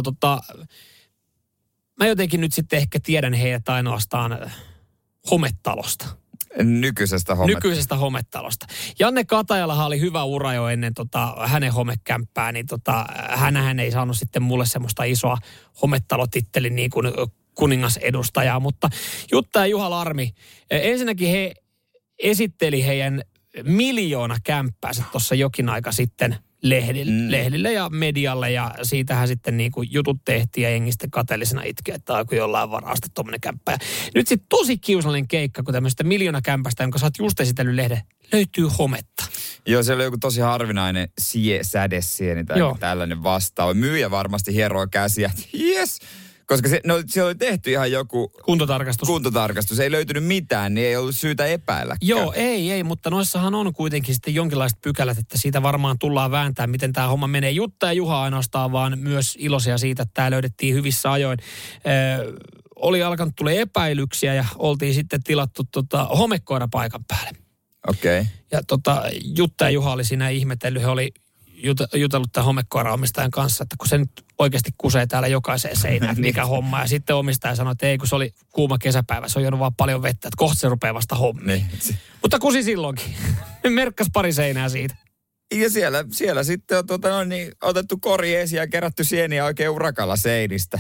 mä jotenkin nyt sitten ehkä tiedän heidät ainoastaan Hometalosta. Nykyisestä Hometalosta. Janne Katajalahan oli hyvä ura jo ennen hänen homekämppää, niin hänhän ei saanut sitten mulle semmoista isoa hometalotittelin niin kuin kuningasedustajaa, mutta Jutta ja Juha Larmi, ensinnäkin he esitteli heidän 1,000,000 kämppäänsä tuossa jokin aika sitten lehdille ja medialle, ja siitähän sitten niin kuin jutut tehtiin ja jengi sitten kateellisena itkee, että onko jollain varaa sitten tuommoinen kämppä. Ja nyt sitten tosi kiusallinen keikka, kun tämmöistä 1,000,000 kämpästä, jonka sä oot just esitellyt lehden, löytyy hometta. Joo, siellä oli joku tosi harvinainen sädesieni tai tällainen vastaava. Myyjä varmasti hieroo käsiä, yes. Koska siellä oli tehty ihan joku kuntotarkastus. Ei löytynyt mitään, niin ei ollut syytä epäillä. Joo, ei, mutta noissahan on kuitenkin sitten jonkinlaiset pykälät, että siitä varmaan tullaan vääntämään, miten tämä homma menee. Jutta ja Juha ainoastaan vaan myös iloisia siitä, että tämä löydettiin hyvissä ajoin. Oli alkanut tulla epäilyksiä ja oltiin sitten tilattu homekoira paikan päälle. Okei. Okay. Ja Jutta ja Juha oli siinä ihmetellyt, he oli jutellut tämän homekoira-omistajan kanssa, että kun se nyt oikeasti kusee täällä jokaiseen seinään, että mikä homma. Ja sitten omistaja sanoi, että ei, kun se oli kuuma kesäpäivä, se on juonut vaan paljon vettä, että kohta se rupeaa vasta hommiin. Niin. Mutta kusi silloinkin. Merkkas pari seinää siitä. Ja siellä sitten on otettu kori esiin ja kerätty sieniä oikein urakalla seinistä.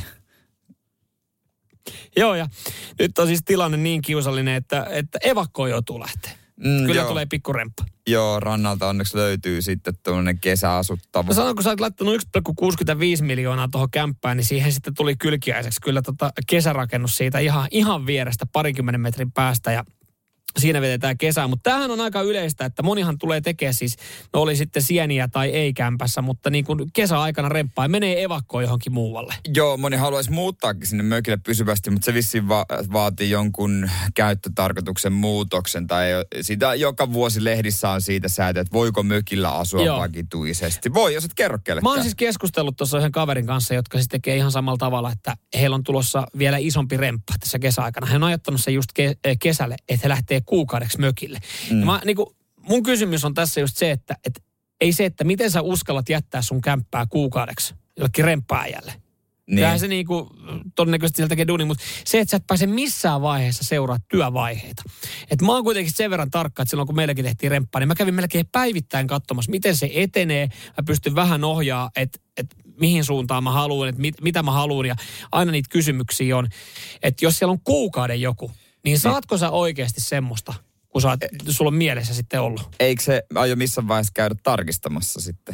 Joo, ja nyt on siis tilanne niin kiusallinen, että evakkoon joutuu lähteä. Kyllä tulee pikkuremppa. Joo, rannalta onneksi löytyy sitten tuollainen kesäasuttava. Mä sanon, kun sä oot laittanut 1,65 miljoonaa tuohon kämppään, niin siihen sitten tuli kylkiäiseksi kyllä kesärakennus siitä ihan vierestä 20 metrin päästä ja siinä vedetään kesää. Mutta tämähän on aika yleistä, että monihan tulee tekemään siis, no oli sitten sieniä tai ei kämpässä, mutta niin kuin kesäaikana remppaa ja menee evakkoon johonkin muualle. Joo, moni haluaisi muuttaakin sinne mökille pysyvästi, mutta se vissiin vaatii jonkun käyttötarkoituksen muutoksen. Tai siitä joka vuosi lehdissä on siitä säätö, että voiko mökillä asua vakituisesti. Voi, jos et kerro kellekään. Mä oon siis keskustellut tuossa yhden kaverin kanssa, jotka siis tekee ihan samalla tavalla, että heillä on tulossa vielä isompi remppa tässä kesäaikana. He on ajattanut sen just kesälle, että he lähtee kuukaudeksi mökille. Mun kysymys on tässä just se, että ei se, että miten sä uskallat jättää sun kämppää kuukaudeksi jollekin remppääjälle. Niin. Kyllähän se todennäköisesti sieltä tekee duuni, mutta se, että sä et pääse missään vaiheessa seuraa työvaiheita. Et mä oon kuitenkin sen verran tarkka, että silloin kun meilläkin tehtiin remppaa, niin mä kävin melkein päivittäin katsomassa, miten se etenee. Mä pystyn vähän ohjaa, että mihin suuntaan mä haluan, että mitä mä haluan. Ja aina niitä kysymyksiä on, että jos siellä on kuukauden joku, niin saatko sä oikeasti semmoista, kun sulla on mielessä sitten ollut? Eikö se aio missään vaiheessa käydä tarkistamassa sitten?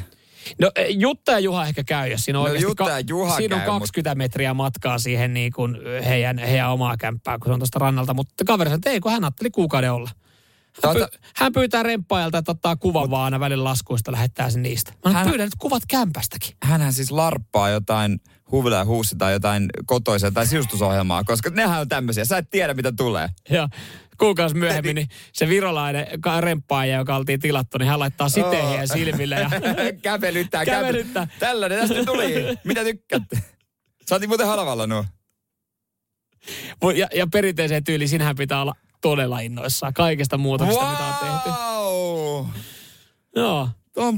No Jutta ja Juha ehkä käy, jos siinä on oikeasti Jutta ja Juha siinä on 20 metriä matkaa siihen niin kuin heidän omaa kämppää, kun se on tuosta rannalta. Mutta kaveri sanoi, että ei, kun hän ajatteli kuukauden olla. Hän pyytää remppaajalta, että ottaa kuvan vaan aina välillä laskuista, lähettää sen niistä. Mä pyydän nyt kuvat kämpästäkin. Hänhän siis larppaa jotain Huvila ja Huussi tai jotain kotoisia tai siustusohjelmaa, koska nehän on tämmöisiä. Sä et tiedä, mitä tulee. Ja kuukausi myöhemmin niin se virolainen remppaaja, joka oltiin tilattu, niin hän laittaa siteen heidän silmille. Ja kävelyttää. Tällainen tästä tuli. Mitä tykkäätte? Saatiin muuten halvalla nuo. Ja perinteiseen tyyliin sinähän pitää olla todella innoissaan kaikesta muutoksesta, mitä on tehty. Wow! Joo.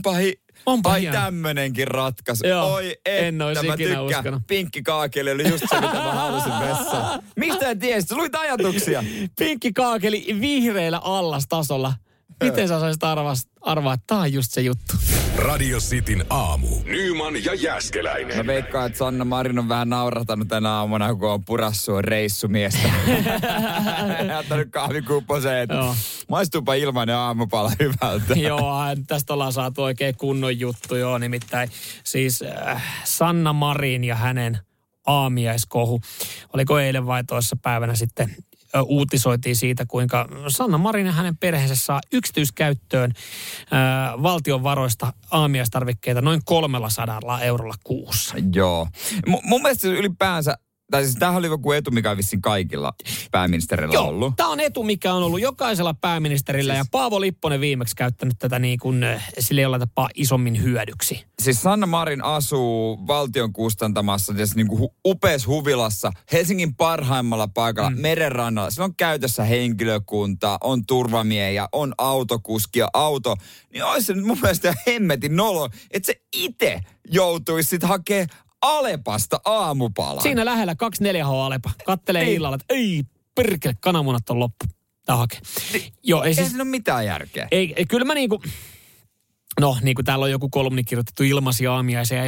Onpa tämmönenkin ratkaisu. Joo, oi, en olisi ikinä uskonut. Pinkki kaakeli oli just se, mitä mä halusin vessaan. Mistä en tiedä? Sä luit ajatuksia. Pinkki kaakeli vihreällä allastasolla. Miten sä saisit arvaa, että tää on just se juttu? Radio Cityn aamu. Nyman ja Jääskeläinen. Mä veikkaan, että Sanna Marin on vähän nauratanut tänä aamuna, kun on purassua reissumiestä. Jättänyt kahvikupposeen. Maistuupa ilmainen aamupala hyvältä. Joo, tästä ollaan saatu oikein kunnon juttu. Joo, nimittäin siis Sanna Marin ja hänen aamiaiskohu. Oliko eilen vai toissa päivänä sitten uutisoitiin siitä, kuinka Sanna Marin ja hänen perheensä saa yksityiskäyttöön valtion varoista aamiaistarvikkeita noin 300 eurolla kuussa. Joo. Mun mielestä ylipäänsä, tai siis tämähän oli joku etu, mikä on vissiin kaikilla pääministerillä ollut. Joo, tämä on etu, mikä on ollut jokaisella pääministerillä, ja Paavo Lipponen viimeksi käyttänyt tätä niin kuin sille jollain tapaa isommin hyödyksi. Siis Sanna Marin asuu valtion kustantamassa niin kuin upeassa huvilassa, Helsingin parhaimmalla paikalla, merenrannalla. Sillä on käytössä henkilökuntaa, on turvamiehiä, on autokuski ja auto. Niin olisi se nyt mun mielestä hemmetin nolo, että se itse joutuisi sitten hakemaan Alepasta aamupalaa. Siinä lähellä 24H Alepa. Kattelee illalla, että ei perkele, kananmunat on loppu. Tää hakee. Joo, ei siinä ole mitään järkeä. Ei, kyllä mä niinku, no niin kuin täällä on joku kolumni kirjoitettu ilmaisia aamiaisia,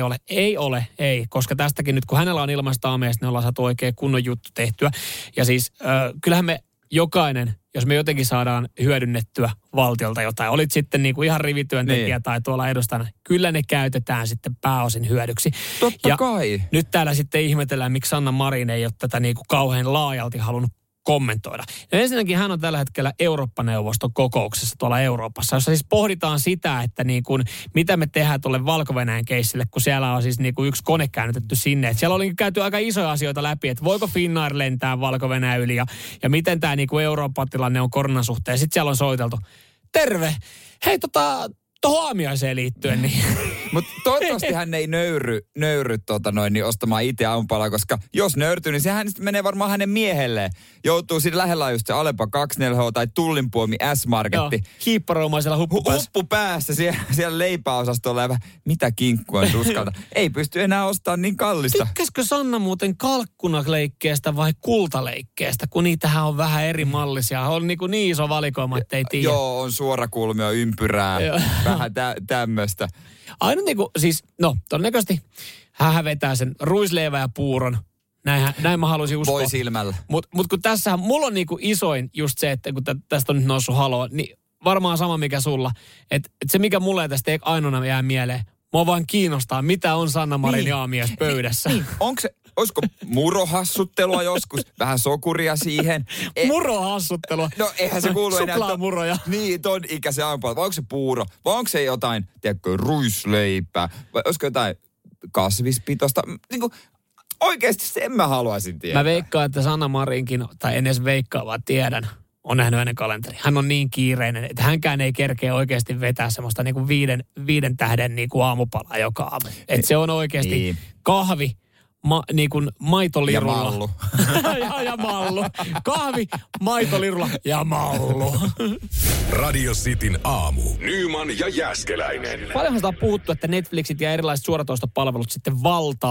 ei, koska tästäkin nyt kun hänellä on ilmaista aamiaista, niin ollaan saatu oikein kunnon juttu tehtyä. Ja siis kyllähän me jokainen, jos me jotenkin saadaan hyödynnettyä valtiolta jotain, olit sitten niin kuin ihan rivityöntekijä tai tuolla edustajana, kyllä ne käytetään sitten pääosin hyödyksi. Totta kai. Nyt täällä sitten ihmetellään, miksi Sanna Marin ei ole tätä niin kuin kauhean laajalti halunnut kommentoida. Ja ensinnäkin hän on tällä hetkellä Eurooppa-neuvoston kokouksessa tuolla Euroopassa, jossa siis pohditaan sitä, että niin kuin, mitä me tehdään tuolle Valko-Venäjän keissille, kun siellä on siis niin kuin yksi kone käännytetty sinne. Et siellä oli käyty aika isoja asioita läpi, että voiko Finnair lentää Valko-Venäjän yli ja miten tämä niin kuin Euroopan tilanne on koronan suhteen. Sitten siellä on soiteltu, terve, hei tuohon aamiaiseen liittyen. Niin. Mutta toivottavasti hän ei nöyry niin ostamaan itse aamupalaa, koska jos nöyrtyy, niin sehän menee varmaan hänen miehelleen. Joutuu siinä lähellä just se Alepa 24H tai Tullinpuomi S-Marketti. Hiipparoumaisella huppu päässä siellä leipäosastolla ja mitä kinkkua on tuskalta. Ei pysty enää ostamaan niin kallista. Tykkäskö Sanna muuten kalkkunaleikkeestä vai kultaleikkeestä, kun niitähän on vähän eri mallisia. On niin iso valikoima, että ei tiedä. Joo, on suorakulmia, ympyrää, vähän tämmöistä. Aina siis, todennäköisesti hän vetää sen ruisleivän ja puuron. Näin mä haluaisin uskoa. Voi silmällä. Mut kun tässähän, mulla on isoin just se, että kun tästä on nyt noussut haloo, niin varmaan sama mikä sulla. Että se mikä mulle tästä ei ainoana jää mieleen, mua vaan kiinnostaa, mitä on Sanna Marin aamiais pöydässä. Niin. Olisiko murohassuttelua joskus? Vähän sokuria siihen. Murohassuttelua? No eihän se kuulu enää. Suklaamuroja. Niin, ton ikäisen aamupalaa. Vai onko se puuro? Vai onko se jotain, tiedätkö, ruisleipää? Vai olisiko jotain kasvispitoista? Niin kuin, oikeasti sen mä haluaisin tietää. Mä veikkaan, että Sanna Marinkin, tai en edes veikkaa, vaan tiedän, on nähnyt hänen kalenteri. Hän on niin kiireinen, että hänkään ei kerkeä oikeasti vetää semmoista niin kuin viiden tähden niin kuin aamupalaa joka aamu. Että se on oikeasti kahvi, niin kuin maitolirulla. Ja mallu. ja mallu. Kahvi, maitolirulla ja mallu. Radio Cityn aamu. Nyman ja Jääskeläinen. Paljonhan sitä on puhuttu, että Netflixit ja erilaiset suoratoistopalvelut sitten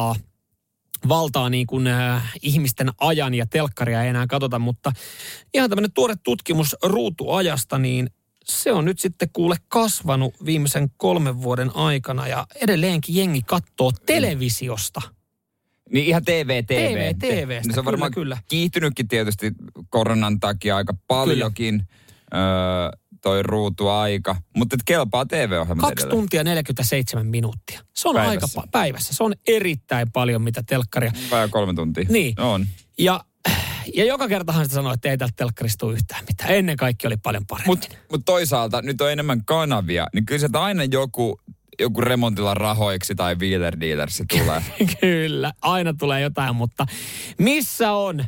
valtaa niin kuin ihmisten ajan ja telkkaria ei enää katsota, mutta ihan tämmöinen tuore tutkimus ruutuajasta, niin se on nyt sitten kuule kasvanut viimeisen 3 vuoden aikana ja edelleenkin jengi katsoo televisiosta. Niin ihan TVstä, niin se on varmaan kyllä. Kiihtynytkin tietysti koronan takia aika paljonkin. toi ruutuaika. Mutta kelpaa TV-ohjelmat 2 tuntia 47 minuuttia. Se on päivässä. aika päivässä. Se on erittäin paljon, mitä telkkaria. Vajaa 3 tuntia. Niin. On. Ja joka kertahan sitä sanoi, että ei tältä telkkarista tule yhtään mitään. Ennen kaikki oli paljon paremmin. Mutta toisaalta nyt on enemmän kanavia, niin kyllä sieltä aina joku remontilla rahoiksi tai wheeler dealersi tulee. Kyllä, aina tulee jotain, mutta missä on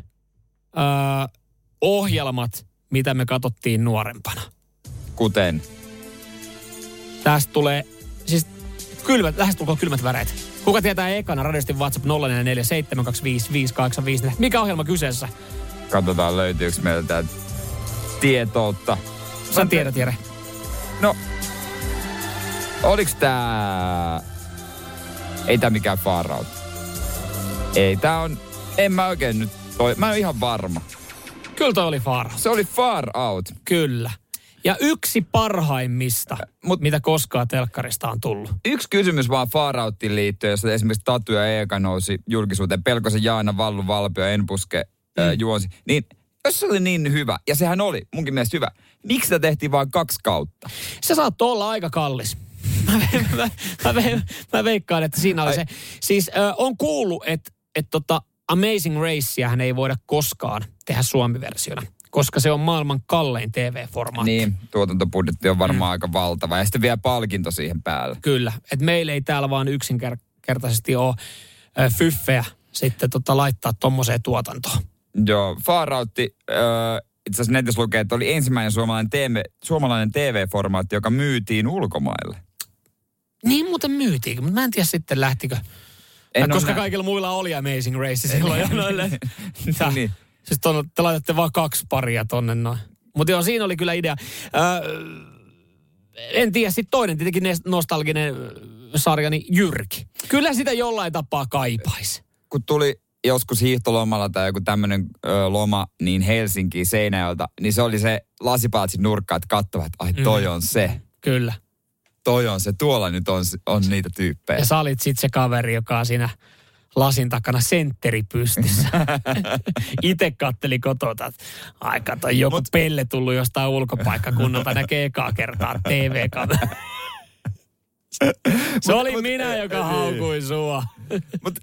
ohjelmat, mitä me katsottiin nuorempana? Kuten? Tästä tulee, siis lähestulkoon kylmät väreet. Kuka tietää ekana? Radiosti WhatsApp 044 Mikä ohjelma kyseessä? Katsotaan löytyykö meiltä tietoutta. Sä tiedät, Jere. No, oliks tää... Ei tää mikään Far Out. Ei tää on... En mä oikein nyt... Mä en ihan varma. Kyllä toi oli Far Out. Se oli Far Out. Kyllä. Ja yksi parhaimmista, mitä koskaan telkkarista on tullut. Yksi kysymys vaan Far Outiin liittyen, jossa esimerkiksi Tatu ja Eeka nousi julkisuuteen. Pelkosen Jaana, Vallu Valpio ja Enpuske juonsi. Niin jos se oli niin hyvä, ja sehän oli munkin mielestä hyvä, miksi sitä tehtiin vain 2 kautta? Se saattoi olla aika kallis. Mä veikkaan, että siinä oli se. Siis on kuullut, että Amazing Raceähän ei voida koskaan tehdä suomi-versiona, koska se on maailman kallein TV-formaatti. Niin, tuotantobudjetti on varmaan aika valtava. Ja sitten vielä palkinto siihen päälle. Kyllä, että meillä ei täällä vaan yksinkertaisesti ole fyffeä sitten laittaa tommoseen tuotantoon. Joo, Far Out, itse asiassa netissä lukee, että oli ensimmäinen suomalainen TV-formaatti, joka myytiin ulkomaille. Niin muuten myytiin, mutta mä en tiedä sitten lähtikö. Koska kaikilla muilla oli Amazing Race silloin jo noille. Niin. Siis te laitatte vaan 2 paria tonne noin. Mutta joo, siinä oli kyllä idea. En tiedä, sitten toinen tietenkin nostalginen sarjani Jyrki. Kyllä sitä jollain tapaa kaipaisi. Kun tuli joskus hiihtolomalla tai joku tämmöinen loma niin Helsinkiin Seinäjoelta, niin se oli se lasipalatsin nurkka, että katsovat, että ai toi on se. Kyllä. Toi on se, tuolla nyt on niitä tyyppejä. Ja sä olit sitten se kaveri, joka on siinä lasin takana sentteri pystyssä. Itse katteli kotota, että ai kato, joku pelle tullut jostain ulkopaikkakunnalta, näkee ekaa kertaa TV-kamera. Se oli minä, joka haukui sua. Mutta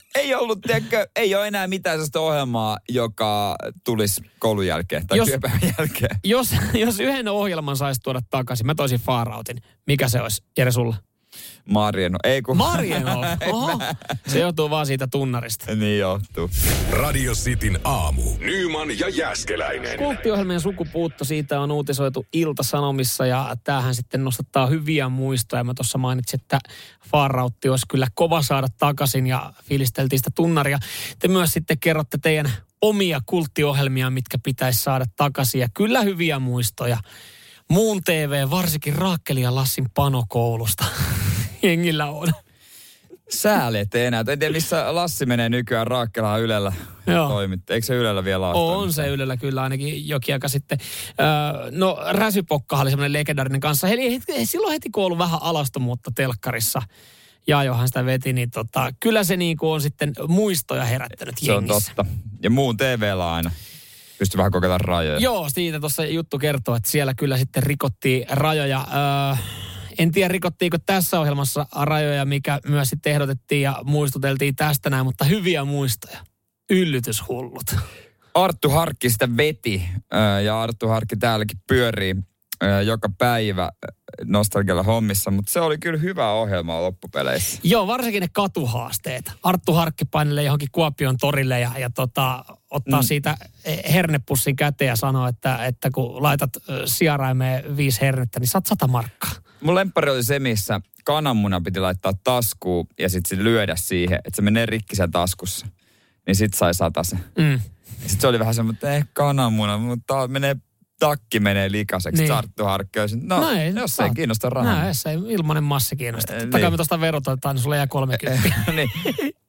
ei ole enää mitään sellaista ohjelmaa, joka tulisi koulun jälkeen tai työpäivän jälkeen. Jos yhden ohjelman saisi tuoda takaisin, mä toisin Far Outin. Mikä se olisi, Jere, sulla? Marieno. Marieno? Oho. Se johtuu vaan siitä tunnarista. Niin johtuu. Radio Cityn aamu. Nyman ja Jääskeläinen. Kulttiohjelmien sukupuutto, siitä on uutisoitu Ilta-Sanomissa ja tämähän sitten nostattaa hyviä muistoja. Mä tuossa mainitsin, että Far Out olisi kyllä kova saada takaisin ja fiilisteltiin sitä tunnaria. Te myös sitten kerrotte teidän omia kulttiohjelmia, mitkä pitäisi saada takaisin ja kyllä hyviä muistoja. Muun TV, varsinkin Raakkeli ja Lassin panokoulusta. Jengillä on. Sääli, ettei enää. En tiedä, missä Lassi menee nykyään. Raakkelahan Ylellä toimitti. Eikö se Ylellä vielä ole? On se Ylellä kyllä ainakin jokin aika sitten. No Räsypokkahan oli semmoinen legendaarinen kanssa. Eli silloin heti kun on ollut vähän alastomuutta telkkarissa. Jaajohan sitä veti, niin kyllä se niin kuin on sitten muistoja herättänyt jengissä. Se on totta. Ja muun TV:llä aina. Pystyy vähän kokeilemaan rajoja. Joo, siitä tuossa juttu kertoo, että siellä kyllä sitten rikottiin rajoja. En tiedä, rikottiinko tässä ohjelmassa rajoja, mikä myös sitten ehdotettiin ja muistuteltiin tästä näin, mutta hyviä muistoja. Yllytyshullut. Arttu Harkki sitä veti ja Arttu Harkki täälläkin pyörii joka päivä nostalgialla hommissa, mutta se oli kyllä hyvä ohjelma loppupeleissä. Joo, varsinkin ne katuhaasteet. Arttu Harkki painelee johonkin Kuopion torille ja ottaa siitä hernepussin käteen ja sanoo, että kun laitat sijaraimeen 5 hernettä, niin saat 100 markkaa. Mun lemppari oli se, missä kananmuna piti laittaa taskuun ja sitten lyödä siihen, että se menee rikki siellä taskussa. Niin sit sai 100 se. Sitten se oli vähän semmoinen, että kananmuna, mutta takki menee likaiseksi. Niin. Arttu Harkki olisi, jos ei kiinnosta rahaa. Jos ei ilmainen massi kiinnosta. Totta kai me tuosta verotetaan, niin sulle jää 30. Niin.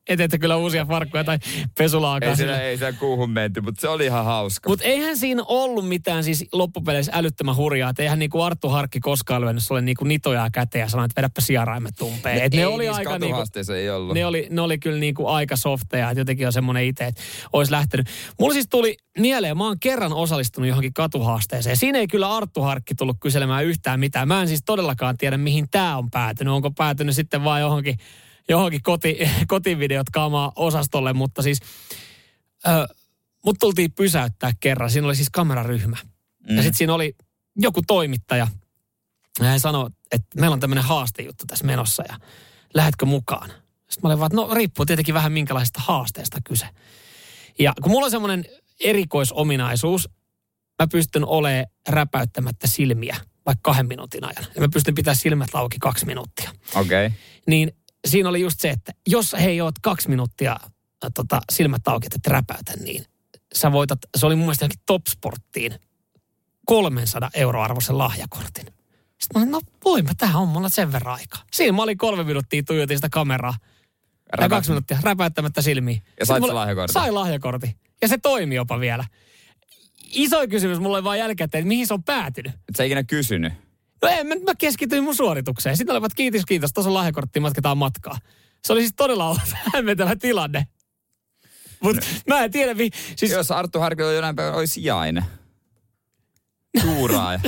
Eteette kyllä uusia farkkuja tai pesulaakaan. Ei siellä kuuhun menty, mutta se oli ihan hauska. Mutta eihän siinä ollut mitään siis loppupeleissä älyttömän hurjaa. Että eihän niinku Arttu Harkki koskaan lyönyt sulle niinku nitojaa käteen ja sanoi, että vedäpä sijaraimet tumpeen. Ne oli aika niinku, ei ollut. Ne oli kyllä niinku aika softeja, että jotenkin on semmoinen itse, että olisi lähtenyt. Mulla siis tuli mieleen, mä oon kerran osallistunut johonkin katuhaasteeseen. Siinä ei kyllä Arttu Harkki tullut kyselemään yhtään mitään. Mä en siis todellakaan tiedä, mihin tää on päätynyt. Onko päätynyt sitten vaan johonkin kotivideot kaamaa osastolle, mutta siis mut tultiin pysäyttää kerran. Siinä oli siis kameraryhmä. Ja sitten siinä oli joku toimittaja. Ja hän sanoi, että meillä on tämmöinen haastejuttu tässä menossa ja lähdetkö mukaan? Sitten mä olin vaan, että no riippuu tietenkin vähän minkälaisesta haasteesta kyse. Ja kun mulla on semmoinen erikoisominaisuus, mä pystyn olemaan räpäyttämättä silmiä vaikka 2 minuutin ajan. Ja mä pystyn pitämään silmät auki 2 minuuttia. Okei. Niin siinä oli just se, että jos oot 2 minuuttia silmät auki, että räpäytä, niin sä voitat, se oli mun mielestä johonkin Topsporttiin 300 € arvoisen lahjakortin. Sitten mä olin, no voin mä, tähän on mulla sen verran aikaa. Siinä mä olin 3 minuuttia, tuijotin sitä kameraa. Ja 2 minuuttia räpäyttämättä silmiin. Ja sait se lahjakortin? Sain lahjakortin. Ja se toimi jopa vielä. Iso kysymys mulla oli vaan jälkeen, että mihin se on päätynyt. Et sä ikinä kysynyt? No mä keskityin mun suoritukseen. Sitten olivat kiitos, tuossa on lahjakortti, matketaan matkaa. Se oli siis todella hämmentävä tilanne. Mutta mä en tiedä, siis... Jos Arttu Harkilla jonain päivänä oli sijainen. Tuuraaja.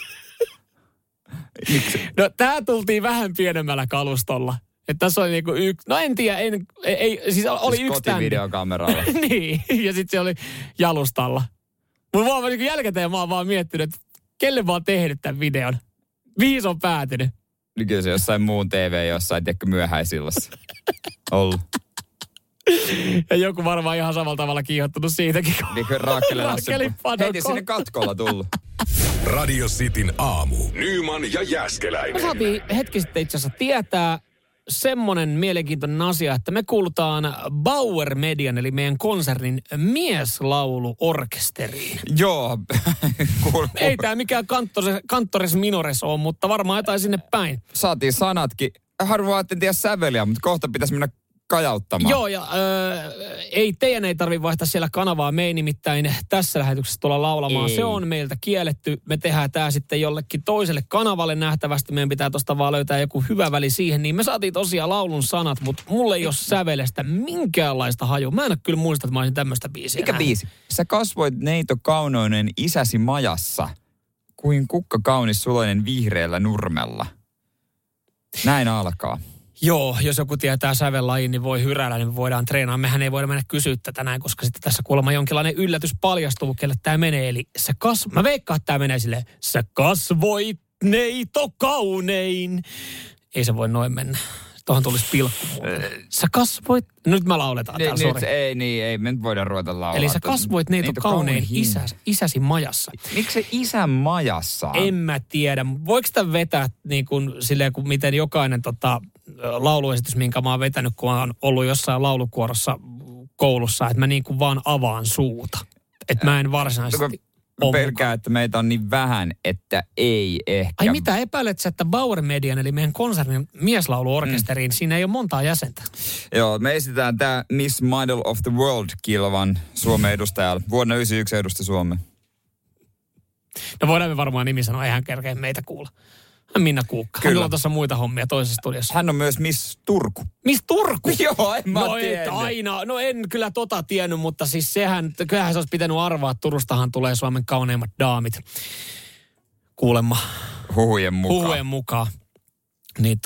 Miksi? No tää tultiin vähän pienemmällä kalustolla. Että tässä oli niinku yksi, no en tiedä, siis oli yksi kotivideokameralla. Niin, ja sitten se oli jalustalla. Mutta vaan niin jälkikäteen mä oon vaan miettinyt, että kelle mä oon tehnyt tämän videon. Mihin se on päätynyt? Niin kyllä se jossain muun TV, jossain tiedätkö myöhäisillassa. Ollut. Ja joku varmaan ihan samalla tavalla kiihottunut siitäkin. Niin kuin Raakkeli Heti sinne katkolla tullut. Radio Cityn aamu. Nyman ja Jääskeläinen. Me saatiin hetki sitten itse asiassa tietää semmoinen mielenkiintoinen asia, että me kuulutaan Bauer Median, eli meidän konsernin mieslauluorkesteriin. Joo. Ei tämä mikään Cantores Minores ole, mutta varmaan jotain sinne päin. Saatiin sanatkin. Harvoin etten tiedä säveliä, mutta kohta pitäisi mennä kajauttamaan. Joo, ja teidän ei tarvitse vaihtaa siellä kanavaa. Me ei nimittäin tässä lähetyksessä tulla laulamaan. Ei. Se on meiltä kielletty. Me tehdään tämä sitten jollekin toiselle kanavalle nähtävästi. Meidän pitää tosta vaan löytää joku hyvä väli siihen. Niin me saatiin tosiaan laulun sanat, mutta mulle ei ole sävelestä minkäänlaista hajua. Mä en ole kyllä muista, että mä olisin tämmöistä biisiä. Mikä biisi? Sä kasvoit neito kaunoinen isäsi majassa, kuin kukka kaunis suloinen vihreällä nurmella. Näin alkaa. Joo, jos joku tietää sävellajin, niin voi hyräillä, niin me voidaan treenaa. Mehän ei voida mennä kysyä tätä näin, koska sitten tässä kuulemma jonkinlainen yllätys paljastuu, kelle tämä menee. Eli mä veikkaan, että tämä menee silleen, sä kasvoit neito kaunein. Ei se voi noin mennä. Tuohon tulisi pilkku. Sä kasvoit, nyt mä lauletaan täällä, sori. Ei, me nyt voidaan ruveta laulaa. Eli sä kasvoit neito kaunein isäsi majassa. Miksi se isän majassa? En mä tiedä. Voiko sitä vetää niin kuin silleen, kuin miten jokainen lauluesitys, minkä mä oon vetänyt, kun on ollut jossain laulukuorossa koulussa, että mä niin kuin vaan avaan suuta. Että mä en varsinaisesti... Pelkää, että meitä on niin vähän, että ei ehkä. Ai mitä, epäilet sä, että Bauer Median, eli meidän konsernin mieslauluorkesteriin, siinä ei ole montaa jäsentä? Joo, me esitetään tämä Miss Model of the World -kilvan Suomen edustajalle. Vuonna 1991 edusti Suomea. No voidaan me varmaan nimi sanoa, eihän kerkeä meitä kuulla. Minna Kuukka. Kyllä. Hänellä on tuossa muita hommia toisessa studiossa. Hän on myös Miss Turku. Miss Turku? Joo, en mä en kyllä tiennyt, mutta siis kyllähän se olisi pitänyt arvaa, että Turustahan tulee Suomen kauneimmat daamit. Kuulemma. Huhujen mukaan. Niin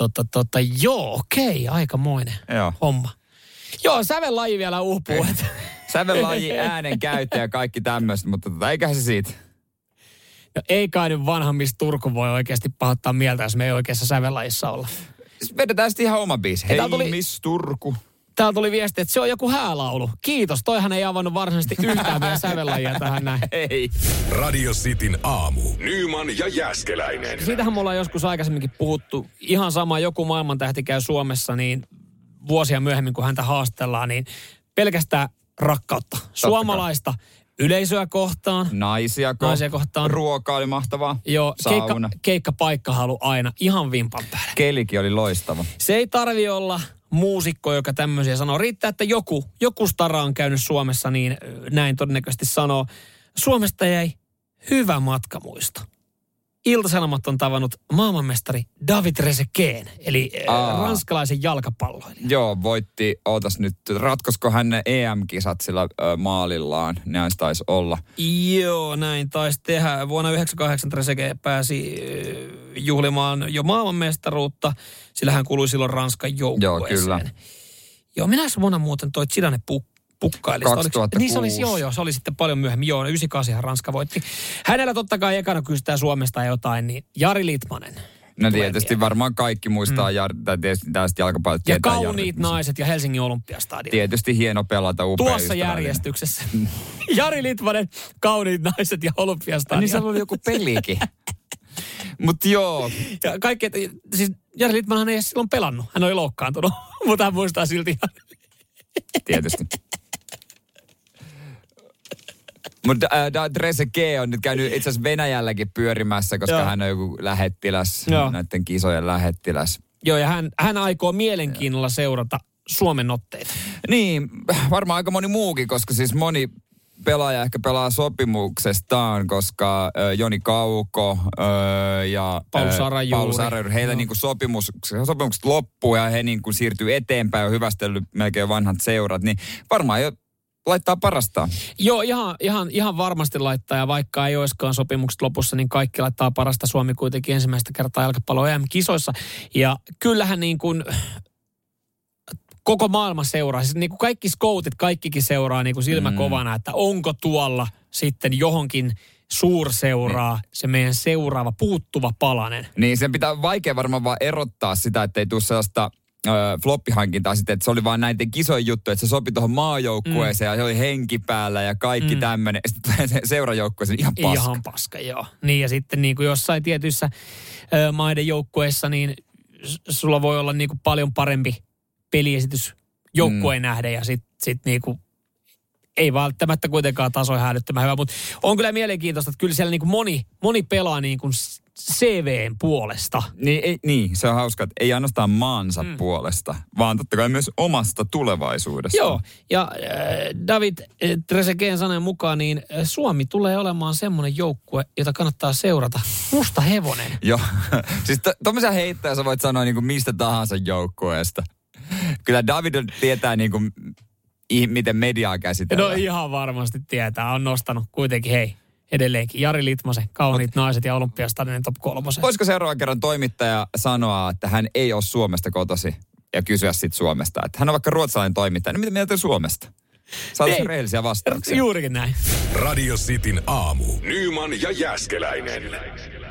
okei, aikamoinen homma. Joo, sävellaji vielä uupuu. Sävellaji, äänen käyttö ja kaikki tämmöistä, mutta eiköhän se siitä. No ei kai nyt vanha Miss Turku voi oikeasti pahoittaa mieltä, jos me ei oikeassa sävellajissa olla. Vedetään sitten ihan oma biisi. Hei Miss Turku. Täällä tuli viesti, että se on joku häälaulu. Kiitos, toihan ei avannut varsinaisesti yhtään meidän sävellajia tähän näin. Ei. Radio Cityn aamu. Nyman ja Jääskeläinen. Siitähän me ollaan joskus aikaisemminkin puhuttu. Ihan sama, joku maailmantähti käy Suomessa, niin vuosia myöhemmin, kun häntä haastellaan, niin pelkästään rakkautta. Suomalaista yleisöä kohtaan. Naisia kohtaan. Ruoka oli mahtavaa. Joo, keikkapaikka halu aina ihan vimpan päälle. Kelikin oli loistava. Se ei tarvi olla muusikko, joka tämmöisiä sanoo. Riittää, että joku stara on käynyt Suomessa, niin näin todennäköisesti sanoo. Suomesta jäi hyvä matkamuisto. Ilta-Sanomat on tavannut maailmanmestari David Trezeguet, eli ranskalaisen jalkapalloilijan. Joo, voitti, ootas nyt, ratkosko hän ne EM-kisat sillä maalillaan? Näin taisi olla. Joo, näin taisi tehdä. Vuonna 1998 Trezeguet pääsi juhlimaan jo maailmanmestaruutta, sillä hän kuului silloin Ranskan joukkueeseen. Joo, kyllä. Joo, minäks vuonna muuten toi Zidane pukkaili. 2006. Niin se oli, se oli sitten paljon myöhemmin. Joo, 98 Ranska voitti. Hänellä totta kai ekana kysytään Suomesta jotain, niin Jari Litmanen. No tietysti varmaan kaikki muistaa tästä jalkapalloa. Ja kauniit naiset ja Helsingin Olympiastadion. Tietysti hieno pelata, upea tuossa järjestyksessä. Jari Litmanen, kauniit naiset ja Olympiastadion. Niin se oli joku pelikin. Mutta joo. Ja kaikki, siis Jari Litmanhan ei silloin pelannut. Hän oli loukkaantunut, mutta hän muistaa silti. Tietysti. Mutta Trezeguet on nyt käynyt itse asiassa Venäjälläkin pyörimässä, koska hän on joku lähettiläs, näiden kisojen lähettiläs. Joo, ja hän aikoo mielenkiinnolla seurata Suomen otteita. Niin, varmaan aika moni muukin, koska siis moni pelaaja ehkä pelaa sopimuksestaan, koska Joni Kauko ja Paul Sarajuri, heillä niinku sopimukset loppuu ja he niinku siirtyy eteenpäin, on hyvästellyt melkein vanhat seurat, niin varmaan jo laittaa parastaan. Joo, ihan varmasti laittaa, ja vaikka ei olisikaan sopimukset lopussa, niin kaikki laittaa parasta. Suomi kuitenkin ensimmäistä kertaa jalkapallo EM-kisoissa. Ja kyllähän niin kuin koko maailma seuraa, siis niin kuin kaikki scoutit, kaikkikin seuraa niin kuin silmä kovana, että onko tuolla sitten johonkin suurseuraa se meidän seuraava puuttuva palanen. Niin, sen pitää vaikea varmaan vaan erottaa sitä, että ei tule sellaista floppihankintaa sitten, että se oli vaan näiden kisojen juttu, että se sopi tuohon maajoukkueeseen ja se oli henki päällä ja kaikki tämmöinen. Sitten tulee seurajoukkueeseen ihan paska. Ihan paska, joo. Niin ja sitten niin kuin jossain tietyissä maiden joukkueissa, niin sulla voi olla niin kuin paljon parempi peliesitys joukkueen nähden ja sit niin kuin ei välttämättä kuitenkaan taso hälyttömän hyvä, mutta on kyllä mielenkiintoista, että kyllä siellä niin kuin moni pelaa niin kuin CV:n puolesta. Niin, se on hauska, että ei ainoastaan maansa puolesta, vaan totta kai myös omasta tulevaisuudesta. Joo, ja David Trezeguet sanoen mukaan, niin Suomi tulee olemaan semmoinen joukkue, jota kannattaa seurata. Musta hevonen. Joo, siis tommosia heittäjä sä voit sanoa niin kuin mistä tahansa joukkueesta. Kyllä David tietää niin kuin, miten mediaa käsitellään. No ihan varmasti tietää. On nostanut kuitenkin, edelleenkin Jari Litmasen, kauniit naiset ja Olympiastadionin top 3. Voisiko seuraavan kerran toimittaja sanoa, että hän ei ole Suomesta kotosi ja kysyä sitten Suomesta? Että hän on vaikka ruotsalainen toimittaja, niin mitä mieltä Suomesta? Saataisiin rehellisiä vastauksia. Juurikin näin. Radio Cityn aamu. Nyman ja Jääskeläinen.